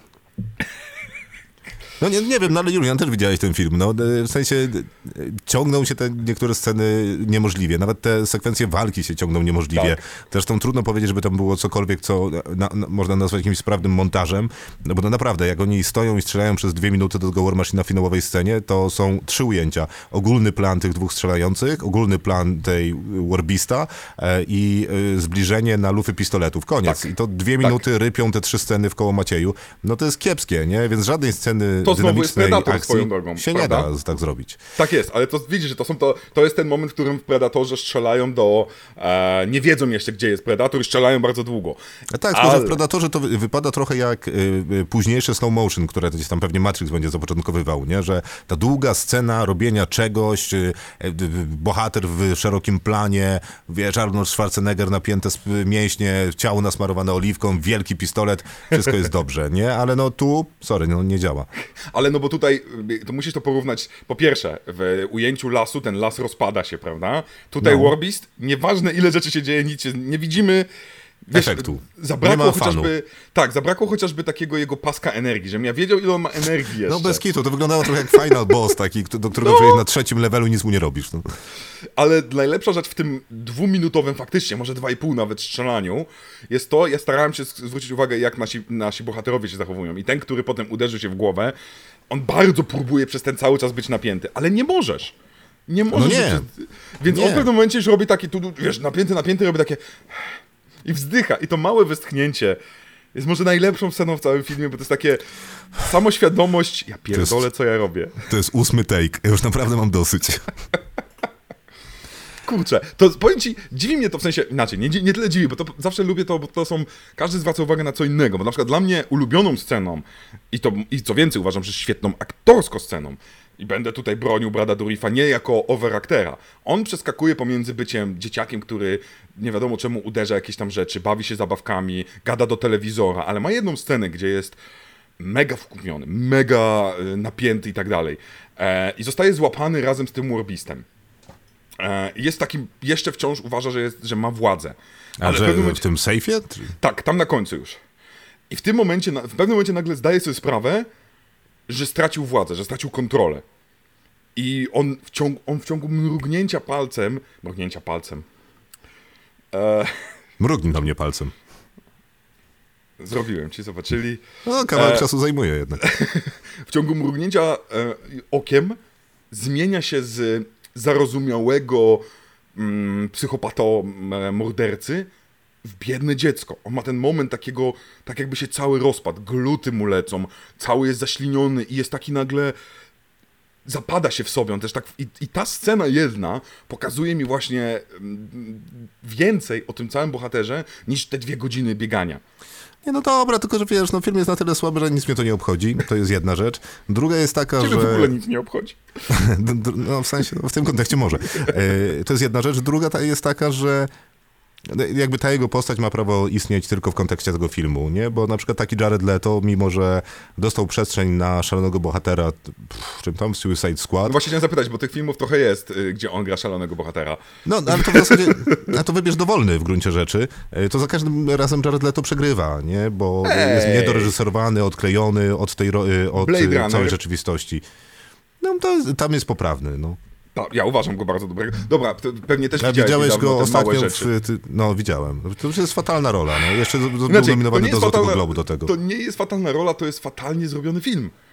Speaker 2: No nie, nie wiem, no ale Julian, też widziałeś ten film, no w sensie ciągną się te niektóre sceny niemożliwie, nawet te sekwencje walki się ciągną niemożliwie.
Speaker 1: Tak.
Speaker 2: Zresztą trudno powiedzieć, żeby tam było cokolwiek, co na, na, można nazwać jakimś sprawnym montażem, no bo no naprawdę, jak oni stoją i strzelają przez dwie minuty do tego War Machine na finałowej scenie, to są trzy ujęcia. Ogólny plan tych dwóch strzelających, ogólny plan tej Warbista e, i e, zbliżenie na lufy pistoletów. Koniec.
Speaker 1: Tak.
Speaker 2: I to dwie minuty tak. rypią te trzy sceny w koło Macieju. No to jest kiepskie, nie? Więc żadnej sceny
Speaker 1: to znowu jest Predator
Speaker 2: akcji
Speaker 1: swoją drogą,
Speaker 2: się
Speaker 1: prawda?
Speaker 2: nie da tak zrobić.
Speaker 1: Tak jest, ale to widzisz, że to, są to, to jest ten moment, w którym w Predatorze strzelają do... E, nie wiedzą jeszcze, gdzie jest Predator i strzelają bardzo długo.
Speaker 2: A tak,
Speaker 1: ale...
Speaker 2: tylko że w Predatorze to wy, wypada trochę jak y, y, późniejsze slow motion, które gdzieś tam pewnie Matrix będzie zapoczątkowywał, nie? Że ta długa scena robienia czegoś, y, y, bohater w szerokim planie, wiesz, Arnold Schwarzenegger napięte mięśnie, ciało nasmarowane oliwką, wielki pistolet, wszystko jest dobrze, nie? Ale no tu, sorry, no nie działa.
Speaker 1: Ale no bo tutaj, to musisz to porównać, po pierwsze, w ujęciu lasu, ten las rozpada się, prawda? Tutaj no. Warbist, nieważne ile rzeczy się dzieje, nic się, nie widzimy... Wiesz,
Speaker 2: efektu.
Speaker 1: Zabrakło
Speaker 2: nie ma
Speaker 1: chociażby, tak, zabrakło chociażby takiego jego paska energii, żebym ja wiedział, ile on ma energii jeszcze.
Speaker 2: No bez kitu, to wyglądało trochę jak final boss taki, do którego no. przejdziesz na trzecim levelu i nic mu nie robisz. No.
Speaker 1: Ale najlepsza rzecz w tym dwuminutowym faktycznie, może dwa i pół nawet strzelaniu, jest to, ja starałem się zwrócić uwagę, jak nasi, nasi bohaterowie się zachowują. I ten, który potem uderzy się w głowę, on bardzo próbuje przez ten cały czas być napięty, ale nie możesz. Nie możesz.
Speaker 2: No nie.
Speaker 1: Być... Więc
Speaker 2: nie.
Speaker 1: on w pewnym momencie już robi takie, tu, wiesz, napięty, napięty, robi takie... I wzdycha. I to małe westchnięcie jest może najlepszą sceną w całym filmie, bo to jest takie samoświadomość, ja pierdolę, jest, co ja robię.
Speaker 2: To jest ósmy take. Ja już naprawdę mam dosyć.
Speaker 1: Kurczę, to powiem ci, dziwi mnie to w sensie, inaczej, nie, nie tyle dziwi, bo to zawsze lubię to, bo to są, każdy zwraca uwagę na co innego, bo na przykład dla mnie ulubioną sceną i, to, i co więcej uważam, że świetną aktorsko sceną, i będę tutaj bronił Brada Dourifa nie jako overaktera. On przeskakuje pomiędzy byciem dzieciakiem, który nie wiadomo czemu uderza jakieś tam rzeczy, bawi się zabawkami, gada do telewizora, ale ma jedną scenę, gdzie jest mega wkurwiony, mega napięty i tak dalej. E, I zostaje złapany razem z tym Warbistem. E, jest takim, jeszcze wciąż uważa, że, jest, że ma władzę.
Speaker 2: Ale A że w, momencie, w tym sejfie?
Speaker 1: Tak, tam na końcu już. I w tym momencie, w pewnym momencie nagle zdaje sobie sprawę, że stracił władzę, że stracił kontrolę. I on w ciągu, on w ciągu mrugnięcia palcem... Mrugnięcia palcem... E...
Speaker 2: Mrugnij na mnie palcem.
Speaker 1: Zrobiłem, ci zobaczyli.
Speaker 2: No, kawałek e... czasu zajmuje jednak.
Speaker 1: W ciągu mrugnięcia e, okiem zmienia się z zarozumiałego mm, psychopato mordercy w biedne dziecko. On ma ten moment takiego, tak jakby się cały rozpadł, gluty mu lecą, cały jest zaśliniony i jest taki nagle, zapada się w sobie. On też tak, i, i ta scena jedna pokazuje mi właśnie więcej o tym całym bohaterze niż te dwie godziny biegania.
Speaker 2: Nie, no dobra, tylko że wiesz, no film jest na tyle słaby, że nic mnie to nie obchodzi. To jest jedna rzecz. Druga jest taka,
Speaker 1: Ciebie
Speaker 2: że...
Speaker 1: w ogóle nic nie obchodzi.
Speaker 2: No w sensie, no, w tym kontekście może. To jest jedna rzecz. Druga ta jest taka, że jakby ta jego postać ma prawo istnieć tylko w kontekście tego filmu, nie? Bo na przykład taki Jared Leto, mimo że dostał przestrzeń na szalonego bohatera, pff, czym tam, Suicide Squad.
Speaker 1: No właśnie chciałem zapytać, bo tych filmów trochę jest, gdzie on gra szalonego bohatera.
Speaker 2: No, ale to w zasadzie, a to wybierz dowolny w gruncie rzeczy, to za każdym razem Jared Leto przegrywa, nie? Bo Ej. jest niedoreżyserowany, odklejony od tej, od całej rzeczywistości. No to tam jest poprawny, no.
Speaker 1: Ja uważam go bardzo dobrego. Dobra, pewnie też
Speaker 2: ja
Speaker 1: widziałeś,
Speaker 2: widziałeś go ostatnio
Speaker 1: w...
Speaker 2: Ty, no, widziałem. To już jest fatalna rola. No. Jeszcze znaczy, był nominowany do Złotego Globu do tego.
Speaker 1: To nie jest fatalna rola, to jest fatalnie zrobiony film.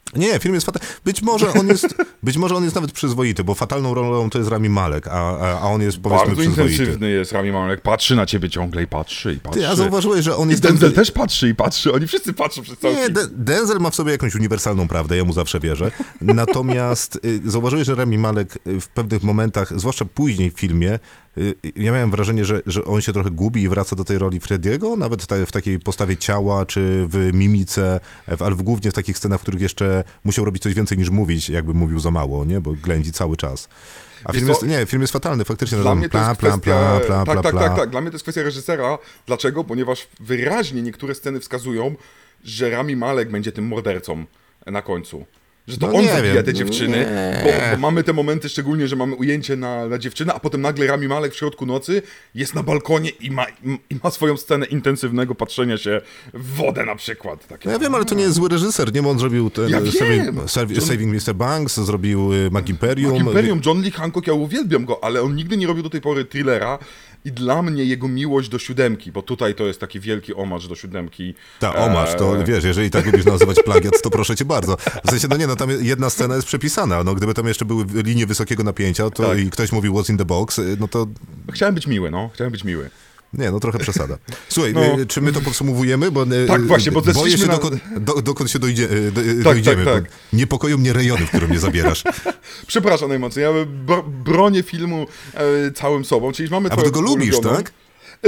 Speaker 2: Nie, film jest fatalny. Być może on jest, być może on jest nawet przyzwoity, bo fatalną rolą to jest Rami Malek, a, a, a on jest powiedzmy
Speaker 1: Bardzo
Speaker 2: przyzwoity.
Speaker 1: intensywny jest Rami Malek, patrzy na ciebie ciągle i patrzy i patrzy.
Speaker 2: Ty, a zauważyłeś, że on
Speaker 1: I
Speaker 2: jest...
Speaker 1: Denzel też patrzy i patrzy, oni wszyscy patrzą przez cały
Speaker 2: Nie,
Speaker 1: film.
Speaker 2: De- Denzel ma w sobie jakąś uniwersalną prawdę, ja mu zawsze wierzę. Natomiast y, zauważyłeś, że Rami Malek y, w pewnych momentach, zwłaszcza później w filmie, y, ja miałem wrażenie, że, że on się trochę gubi i wraca do tej roli Frediego, nawet ta, w takiej postawie ciała, czy w mimice, w, ale w, głównie w takich scenach, w których jeszcze musiał robić coś więcej niż mówić, jakby mówił za mało, nie? Bo ględzi cały czas. A film jest, nie, film jest fatalny, faktycznie.
Speaker 1: Dla mnie to jest
Speaker 2: pla,
Speaker 1: kwestia...
Speaker 2: pla, pla,
Speaker 1: tak,
Speaker 2: pla,
Speaker 1: tak,
Speaker 2: pla.
Speaker 1: tak, tak. Dla mnie to jest kwestia reżysera. Dlaczego? Ponieważ wyraźnie niektóre sceny wskazują, że Rami Malek będzie tym mordercą na końcu. Że to
Speaker 2: No
Speaker 1: on
Speaker 2: nie
Speaker 1: zabija
Speaker 2: wiem.
Speaker 1: te dziewczyny, bo, bo mamy te momenty szczególnie, że mamy ujęcie na, na dziewczynę, a potem nagle Rami Malek w środku nocy jest na balkonie i ma, i ma swoją scenę intensywnego patrzenia się w wodę na przykład. Takie,
Speaker 2: No ja wiem, ale to nie jest zły reżyser, nie? Bo on zrobił ten
Speaker 1: Ja
Speaker 2: Saving,
Speaker 1: wiem.
Speaker 2: Saving,
Speaker 1: John-
Speaker 2: Saving mister Banks, zrobił y, McImperium.
Speaker 1: Imperium, John Lee Hancock, ja uwielbiam go, ale on nigdy nie robił do tej pory thrillera i dla mnie jego miłość do siódemki, bo tutaj to jest taki wielki omarz do siódemki.
Speaker 2: Ta omarz, to
Speaker 1: Eee,
Speaker 2: wiesz, jeżeli tak lubisz nazywać plagiat, to proszę cię bardzo. W sensie, no nie, no tam jedna scena jest przepisana, no gdyby tam jeszcze były linie wysokiego napięcia, to
Speaker 1: Tak.
Speaker 2: i ktoś mówił what's in the box, y, no to
Speaker 1: Chciałem być miły, no, chciałem być miły.
Speaker 2: nie, no trochę przesada. Słuchaj,
Speaker 1: No.
Speaker 2: y, czy my to podsumowujemy? Bo, y,
Speaker 1: Tak, właśnie, bo
Speaker 2: boję
Speaker 1: zeszliśmy
Speaker 2: się,
Speaker 1: na-
Speaker 2: dokąd, do, dokąd się dojdzie, y, do,
Speaker 1: tak,
Speaker 2: dojdziemy,
Speaker 1: tak.
Speaker 2: bo niepokoją mnie rejony, w które mnie zabierasz.
Speaker 1: Przepraszam najmocniej, ja br- bronię filmu e, całym sobą, czyli mamy
Speaker 2: A
Speaker 1: twoją
Speaker 2: ty go lubisz,
Speaker 1: ulubioną.
Speaker 2: tak?
Speaker 1: E,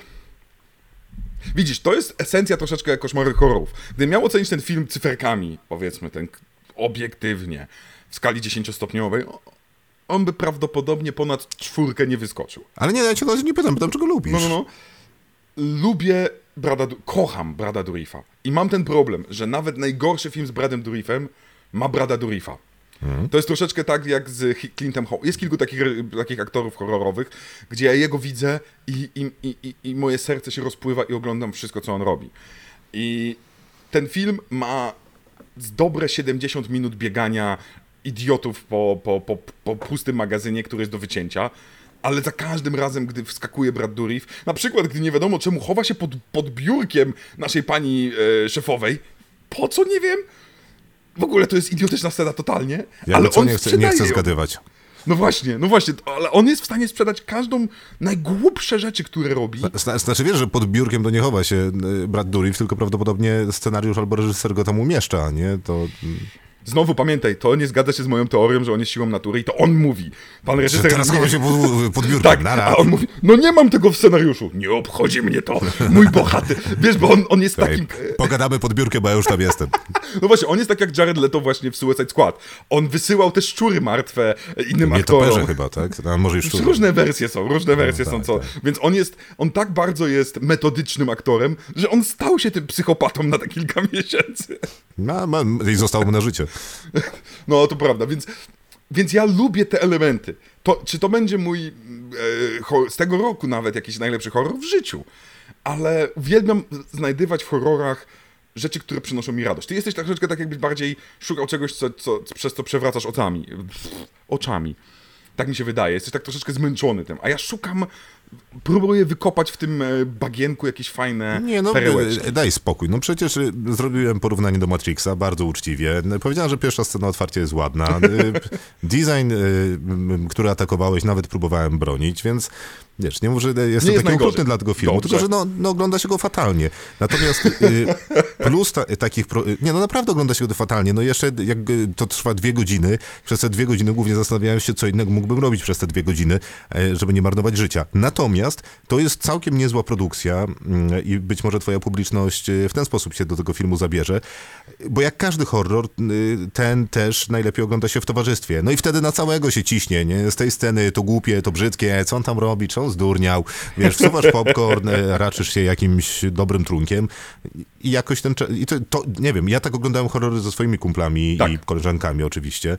Speaker 1: widzisz, to jest esencja troszeczkę koszmarnych horrorów. Gdybym miał ocenić ten film cyferkami, powiedzmy, ten k- obiektywnie, w skali dziesięciostopniowej, o- on by prawdopodobnie ponad czwórkę nie wyskoczył.
Speaker 2: Ale nie, ja cię nie pytam, pytam, czego lubisz.
Speaker 1: No, no, no. Lubię Brada, Du- kocham Brada Dourifa. I mam ten problem, że nawet najgorszy film z Bradem Dourifem ma Brada Dourifa. To jest troszeczkę tak jak z Hi- Clintem Hall. Jest kilku takich, re- takich aktorów horrorowych, gdzie ja jego widzę i, i, i, i, i moje serce się rozpływa i oglądam wszystko, co on robi. I ten film ma z dobre siedemdziesiąt minut biegania idiotów po, po, po, po pustym magazynie, który jest do wycięcia, ale za każdym razem, gdy wskakuje Brad Dourif, na przykład, gdy nie wiadomo czemu chowa się pod, pod biurkiem naszej pani e, szefowej, po co, nie wiem, w ogóle to jest idiotyczna scena totalnie,
Speaker 2: Ja
Speaker 1: ale
Speaker 2: co
Speaker 1: on
Speaker 2: nie chcę, nie
Speaker 1: sprzedaje
Speaker 2: chcę
Speaker 1: ją.
Speaker 2: zgadywać.
Speaker 1: No właśnie, no właśnie, ale on jest w stanie sprzedać każdą najgłupsze rzeczy, które robi.
Speaker 2: Zna- Znaczy wiesz, że pod biurkiem to nie chowa się y, Brad Dourif, tylko prawdopodobnie scenariusz albo reżyser go tam umieszcza, nie? To...
Speaker 1: Znowu pamiętaj, to nie zgadza się z moją teorią, że on jest siłą natury i to on mówi. Pan
Speaker 2: Że
Speaker 1: reżyser
Speaker 2: teraz
Speaker 1: nie...
Speaker 2: chowa się pod, pod biurkiem,
Speaker 1: Tak,
Speaker 2: nara.
Speaker 1: a on mówi, no nie mam tego w scenariuszu. Nie obchodzi mnie to, mój bohater. Wiesz, bo on, on jest
Speaker 2: Ej,
Speaker 1: takim...
Speaker 2: pogadamy pod biurkiem, bo ja już tam jestem.
Speaker 1: No właśnie, on jest tak jak Jared Leto właśnie w Suicide Squad. On wysyłał te szczury martwe innym
Speaker 2: Nietoperze
Speaker 1: aktorom.
Speaker 2: chyba, tak? A może już szczurze.
Speaker 1: Różne wersje są, różne wersje
Speaker 2: tak,
Speaker 1: są, co...
Speaker 2: tak.
Speaker 1: Więc on jest, on tak bardzo jest metodycznym aktorem, że on stał się tym psychopatą na te kilka miesięcy.
Speaker 2: Ma, ma, I zostało mu na życie.
Speaker 1: No, to prawda, więc, więc ja lubię te elementy. To, czy to będzie mój e, ho- z tego roku nawet jakiś najlepszy horror w życiu, ale uwielbiam znajdywać w horrorach rzeczy, które przynoszą mi radość. Ty jesteś troszeczkę tak, jakbyś bardziej szukał czegoś, co, co, przez co przewracasz oczami. Oczami. Tak mi się wydaje. Jesteś tak troszeczkę zmęczony tym. A ja szukam, próbuję wykopać w tym e, bagienku jakieś fajne
Speaker 2: Nie, no
Speaker 1: perełeczki.
Speaker 2: y, daj spokój. No przecież y, zrobiłem porównanie do Matrixa, bardzo uczciwie. Y, Powiedziałem, że pierwsza scena otwarcia jest ładna. Y, Design, y, m, który atakowałeś, nawet próbowałem bronić, więc wiesz, nie może jestem
Speaker 1: jest
Speaker 2: taki
Speaker 1: najgorzej.
Speaker 2: okrutny dla tego filmu,
Speaker 1: Dobrze.
Speaker 2: tylko że no, no ogląda się go fatalnie. Natomiast y, plus ta, takich... Pro, nie, no naprawdę ogląda się go fatalnie. No jeszcze jak y, to trwa dwie godziny, przez te dwie godziny głównie zastanawiałem się, co innego mógłbym robić przez te dwie godziny, y, żeby nie marnować życia. Natomiast to jest całkiem niezła produkcja y, i być może twoja publiczność y, w ten sposób się do tego filmu zabierze, bo jak każdy horror, y, ten też najlepiej ogląda się w towarzystwie. No i wtedy na całego się ciśnie, nie? Z tej sceny to głupie, to brzydkie, co on tam robi, czy on zdurniał. Wiesz, wsuwasz popcorn, y, raczysz się jakimś dobrym trunkiem i jakoś ten... cza- I to, to, nie wiem, ja tak oglądałem horrory ze swoimi kumplami
Speaker 1: Tak.
Speaker 2: i koleżankami oczywiście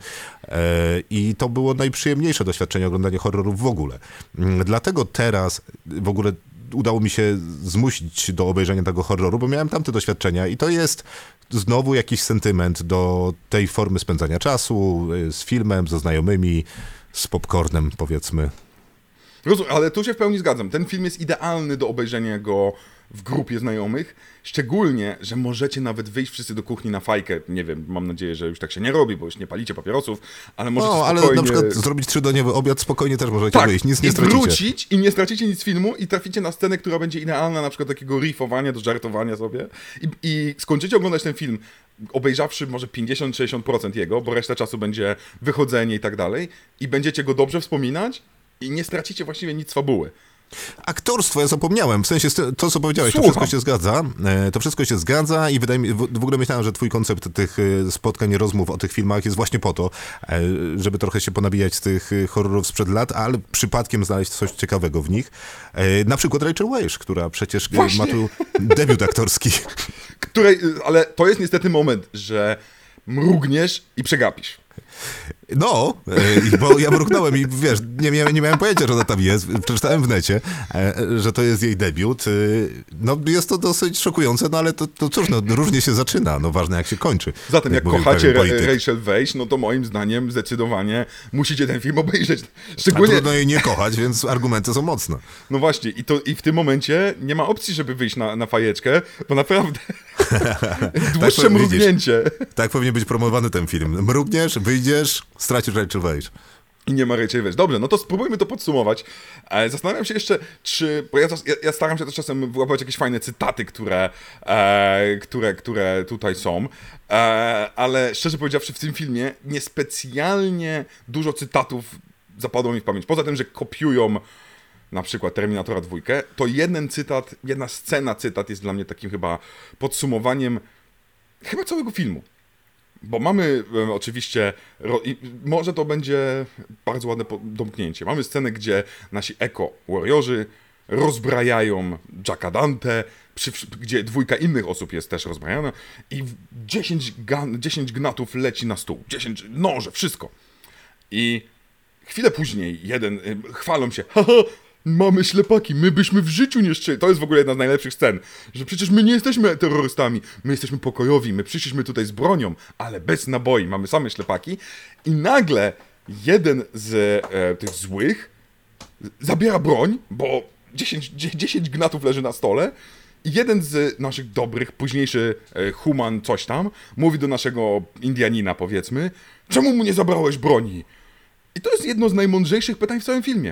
Speaker 2: e, i to było najprzyjemniejsze doświadczenie oglądania horrorów w ogóle. Mm, Dlatego teraz w ogóle udało mi się zmusić do obejrzenia tego horroru, bo miałem tamte doświadczenia i to jest znowu jakiś sentyment do tej formy spędzania czasu, y, z filmem, ze znajomymi, z popcornem powiedzmy.
Speaker 1: Rozumiem, ale tu się w pełni zgadzam. Ten film jest idealny do obejrzenia go w grupie znajomych, szczególnie, że możecie nawet wyjść wszyscy do kuchni na fajkę, nie wiem, mam nadzieję, że już tak się nie robi, bo już nie palicie papierosów, ale możecie
Speaker 2: No, ale
Speaker 1: spokojnie...
Speaker 2: na przykład zrobić trzydniowy obiad spokojnie też możecie
Speaker 1: tak,
Speaker 2: wyjść, nic nie
Speaker 1: i
Speaker 2: stracicie.
Speaker 1: wrócić i nie stracicie nic z filmu i traficie na scenę, która będzie idealna, na przykład takiego riffowania, do żartowania sobie i, i skończycie oglądać ten film, obejrzawszy może pięćdziesiąt do sześćdziesięciu procent jego, bo reszta czasu będzie wychodzenie i tak dalej i będziecie go dobrze wspominać i nie stracicie właściwie nic z fabuły.
Speaker 2: Aktorstwo, ja zapomniałem, w sensie to, co powiedziałeś,
Speaker 1: Słucham.
Speaker 2: to wszystko się zgadza, e, to wszystko się zgadza i wydaje mi, w, w ogóle myślałem, że twój koncept tych e, spotkań, rozmów o tych filmach jest właśnie po to, e, żeby trochę się ponabijać z tych e, horrorów sprzed lat, ale przypadkiem znaleźć coś ciekawego w nich. E, na przykład Rachel Weisz, która przecież e,
Speaker 1: Właśnie.
Speaker 2: ma tu debiut aktorski.
Speaker 1: Której, ale to jest niestety moment, że mrugniesz i przegapisz.
Speaker 2: No, e, bo ja mruknąłem i wiesz, nie miałem, nie miałem pojęcia, że ona tam jest. Przeczytałem w necie, e, że to jest jej debiut. E, no jest to dosyć szokujące, no ale to, to cóż, no różnie się zaczyna, no ważne jak się kończy.
Speaker 1: Zatem jak
Speaker 2: mówił
Speaker 1: kochacie
Speaker 2: pewien
Speaker 1: Ra-
Speaker 2: polityk.
Speaker 1: Rachel Weisz, no to moim zdaniem zdecydowanie musicie ten film obejrzeć.
Speaker 2: A
Speaker 1: Szczególnie,
Speaker 2: trudno jej nie kochać, więc argumenty są mocne.
Speaker 1: no właśnie, i, to, i w tym momencie nie ma opcji, żeby wyjść na, na fajeczkę, bo naprawdę dłuższe
Speaker 2: Tak,
Speaker 1: mrugnięcie
Speaker 2: Tak powinien być promowany ten film. Mrugniesz, wyjdziesz, stracisz Rachel Weisz.
Speaker 1: i nie ma Rachel Weisz. Dobrze, no to spróbujmy to podsumować. E, Zastanawiam się jeszcze, czy, bo ja, czas- ja, ja staram się też czasem wyłapać jakieś fajne cytaty, które, e, które, które tutaj są, e, ale szczerze powiedziawszy w tym filmie niespecjalnie dużo cytatów zapadło mi w pamięć. Poza tym, że kopiują na przykład Terminatora dwójkę, to jeden cytat, jedna scena cytat jest dla mnie takim chyba podsumowaniem chyba całego filmu. Bo mamy e, oczywiście, ro, i, może to będzie bardzo ładne po- domknięcie, mamy scenę, gdzie nasi eko-warriorzy rozbrajają Jacka Dante, przy, przy, gdzie dwójka innych osób jest też rozbrajana i dziesięć, gan, dziesięć gnatów leci na stół, dziesięć noże, wszystko. I chwilę później jeden, y, chwalą się, haha, mamy ślepaki, my byśmy w życiu nie szczeli. To jest w ogóle jedna z najlepszych scen, że przecież my nie jesteśmy terrorystami, my jesteśmy pokojowi, my przyszliśmy tutaj z bronią, ale bez naboi, mamy same ślepaki. I nagle jeden z e, tych złych zabiera broń, bo dziesięć, dziesięć gnatów leży na stole i jeden z naszych dobrych, późniejszy e, human coś tam, mówi do naszego Indianina, powiedzmy, czemu mu nie zabrałeś broni? I to jest jedno z najmądrzejszych pytań w całym filmie.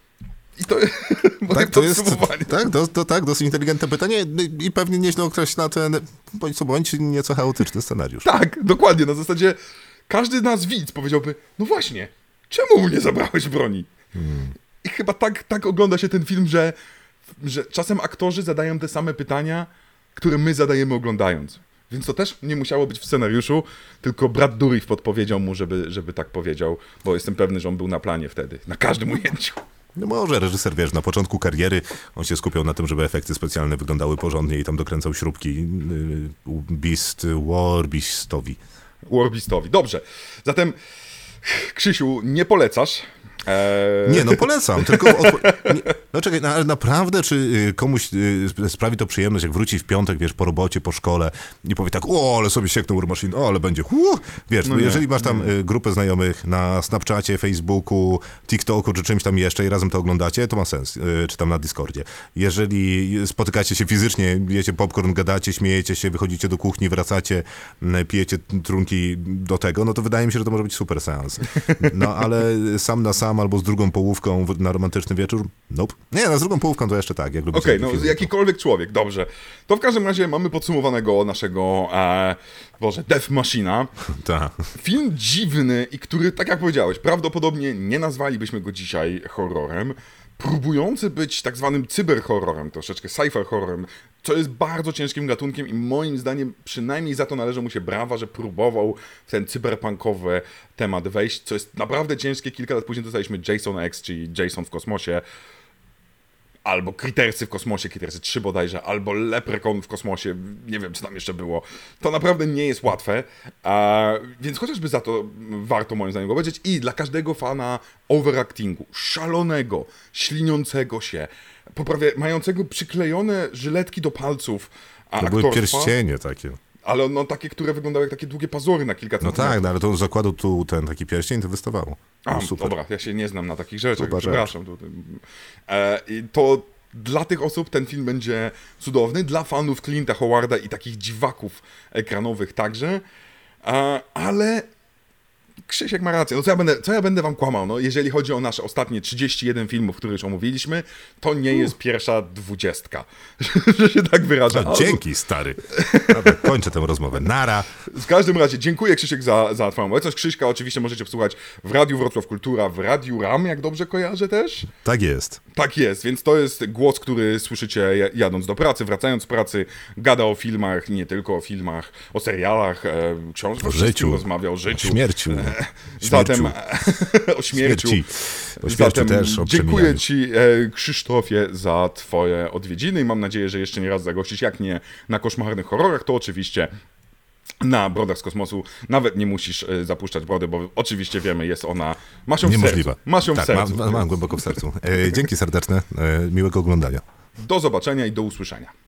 Speaker 1: I to moje
Speaker 2: Tak, to jest,
Speaker 1: podsumowanie.
Speaker 2: tak, do, to, tak, dosyć inteligentne pytanie i pewnie nieźle określa ten, bądź co bądź, nieco chaotyczny scenariusz.
Speaker 1: Tak, dokładnie. Na zasadzie każdy z nas widz powiedziałby, no właśnie, czemu mu nie zabrałeś broni? Hmm. I chyba tak, tak ogląda się ten film, że, że czasem aktorzy zadają te same pytania, które my zadajemy oglądając. Więc to też nie musiało być w scenariuszu, tylko Brad Dourif podpowiedział mu, żeby, żeby tak powiedział, bo jestem pewny, że on był na planie wtedy, na każdym ujęciu.
Speaker 2: No może reżyser, wiesz, na początku kariery on się skupiał na tym, żeby efekty specjalne wyglądały porządnie i tam dokręcał śrubki yy, Beast, War Beastowi.
Speaker 1: Warbeastowi. Dobrze. Zatem, Krzysiu, nie polecasz. Eee...
Speaker 2: Nie, no polecam, tylko... Odpo- nie, no czekaj, no, ale naprawdę, czy y, komuś y, sprawi to przyjemność, jak wróci w piątek, wiesz, po robocie, po szkole i powie tak, o, ale sobie sieknął War Machine, o, ale będzie, hu, wiesz,
Speaker 1: No
Speaker 2: no
Speaker 1: nie,
Speaker 2: jeżeli masz tam y, grupę znajomych na Snapchacie, Facebooku, TikToku, czy czymś tam jeszcze i razem to oglądacie, to ma sens, y, czy tam na Discordzie. Jeżeli spotykacie się fizycznie, jecie popcorn, gadacie, śmiejecie się, wychodzicie do kuchni, wracacie, y, pijecie trunki do tego, no to wydaje mi się, że to może być super seans. No, ale sam na sam albo z drugą połówką na romantyczny wieczór? Nope. Nie, no z drugą połówką to jeszcze tak. Okej,
Speaker 1: okay, no jakikolwiek człowiek, dobrze. To w każdym razie mamy podsumowanego naszego, e, Boże, Death Machina.
Speaker 2: Tak.
Speaker 1: Film dziwny i który, tak jak powiedziałeś, prawdopodobnie nie nazwalibyśmy go dzisiaj horrorem, próbujący być tak zwanym cyberhorrorem, troszeczkę sci-fi horrorem, co jest bardzo ciężkim gatunkiem i moim zdaniem przynajmniej za to należy mu się brawa, że próbował w ten cyberpunkowy temat wejść, co jest naprawdę ciężkie. Kilka lat później dostaliśmy Jason X, czyli Jason w kosmosie, albo Crittersy w kosmosie, Crittersy trzy bodajże, albo Leprechaun w kosmosie, nie wiem co tam jeszcze było. To naprawdę nie jest łatwe, a, więc chociażby za to warto moim zdaniem go obejrzeć i dla każdego fana overactingu, szalonego, śliniącego się, poprawia, mającego przyklejone żyletki do palców a,
Speaker 2: To były
Speaker 1: aktorstwa,
Speaker 2: pierścienie takie.
Speaker 1: ale no takie, które wyglądały jak takie długie pazury na kilka
Speaker 2: No
Speaker 1: centymetrów.
Speaker 2: tak, no, ale to zakładał tu ten taki pierścień, to wystawało.
Speaker 1: A,
Speaker 2: No, super.
Speaker 1: dobra, ja się nie znam na takich rzeczach,
Speaker 2: Chyba, że-
Speaker 1: przepraszam. To, e, i to dla tych osób ten film będzie cudowny, dla fanów Clint'a Howarda i takich dziwaków ekranowych także, a, ale Krzysiek ma rację, no co ja będę, co ja będę wam kłamał, no jeżeli chodzi o nasze ostatnie trzydzieści jeden filmów, które już omówiliśmy, to nie jest pierwsza dwudziestka, że się tak wyrażę.
Speaker 2: No, dzięki, stary. Dobra, kończę tę rozmowę. Nara.
Speaker 1: W każdym razie dziękuję, Krzysiek, za, za twoją obecność. Krzyśka oczywiście możecie posłuchać w Radiu Wrocław Kultura, w Radiu RAM, jak dobrze kojarzę też.
Speaker 2: Tak jest.
Speaker 1: Tak jest, więc to jest głos, który słyszycie jadąc do pracy, wracając z pracy, gada o filmach, nie tylko o filmach, o serialach, e, książkach,
Speaker 2: o życiu,
Speaker 1: rozmawia o życiu.
Speaker 2: O śmierciu.
Speaker 1: Zatem o śmierciu.
Speaker 2: Śmierci. O śmierci
Speaker 1: Zatem
Speaker 2: też, o
Speaker 1: dziękuję ci, e, Krzysztofie, za twoje odwiedziny i mam nadzieję, że jeszcze nie raz zagościsz, jak nie na koszmarnych horrorach, to oczywiście na Brodach z kosmosu. Nawet nie musisz e, zapuszczać brody, bo oczywiście wiemy, jest ona, masz ją w
Speaker 2: Niemożliwe.
Speaker 1: sercu. Masz ją
Speaker 2: tak,
Speaker 1: w sercu.
Speaker 2: Mam, mam głęboko w sercu. E, dzięki serdeczne, e, miłego oglądania.
Speaker 1: Do zobaczenia i do usłyszenia.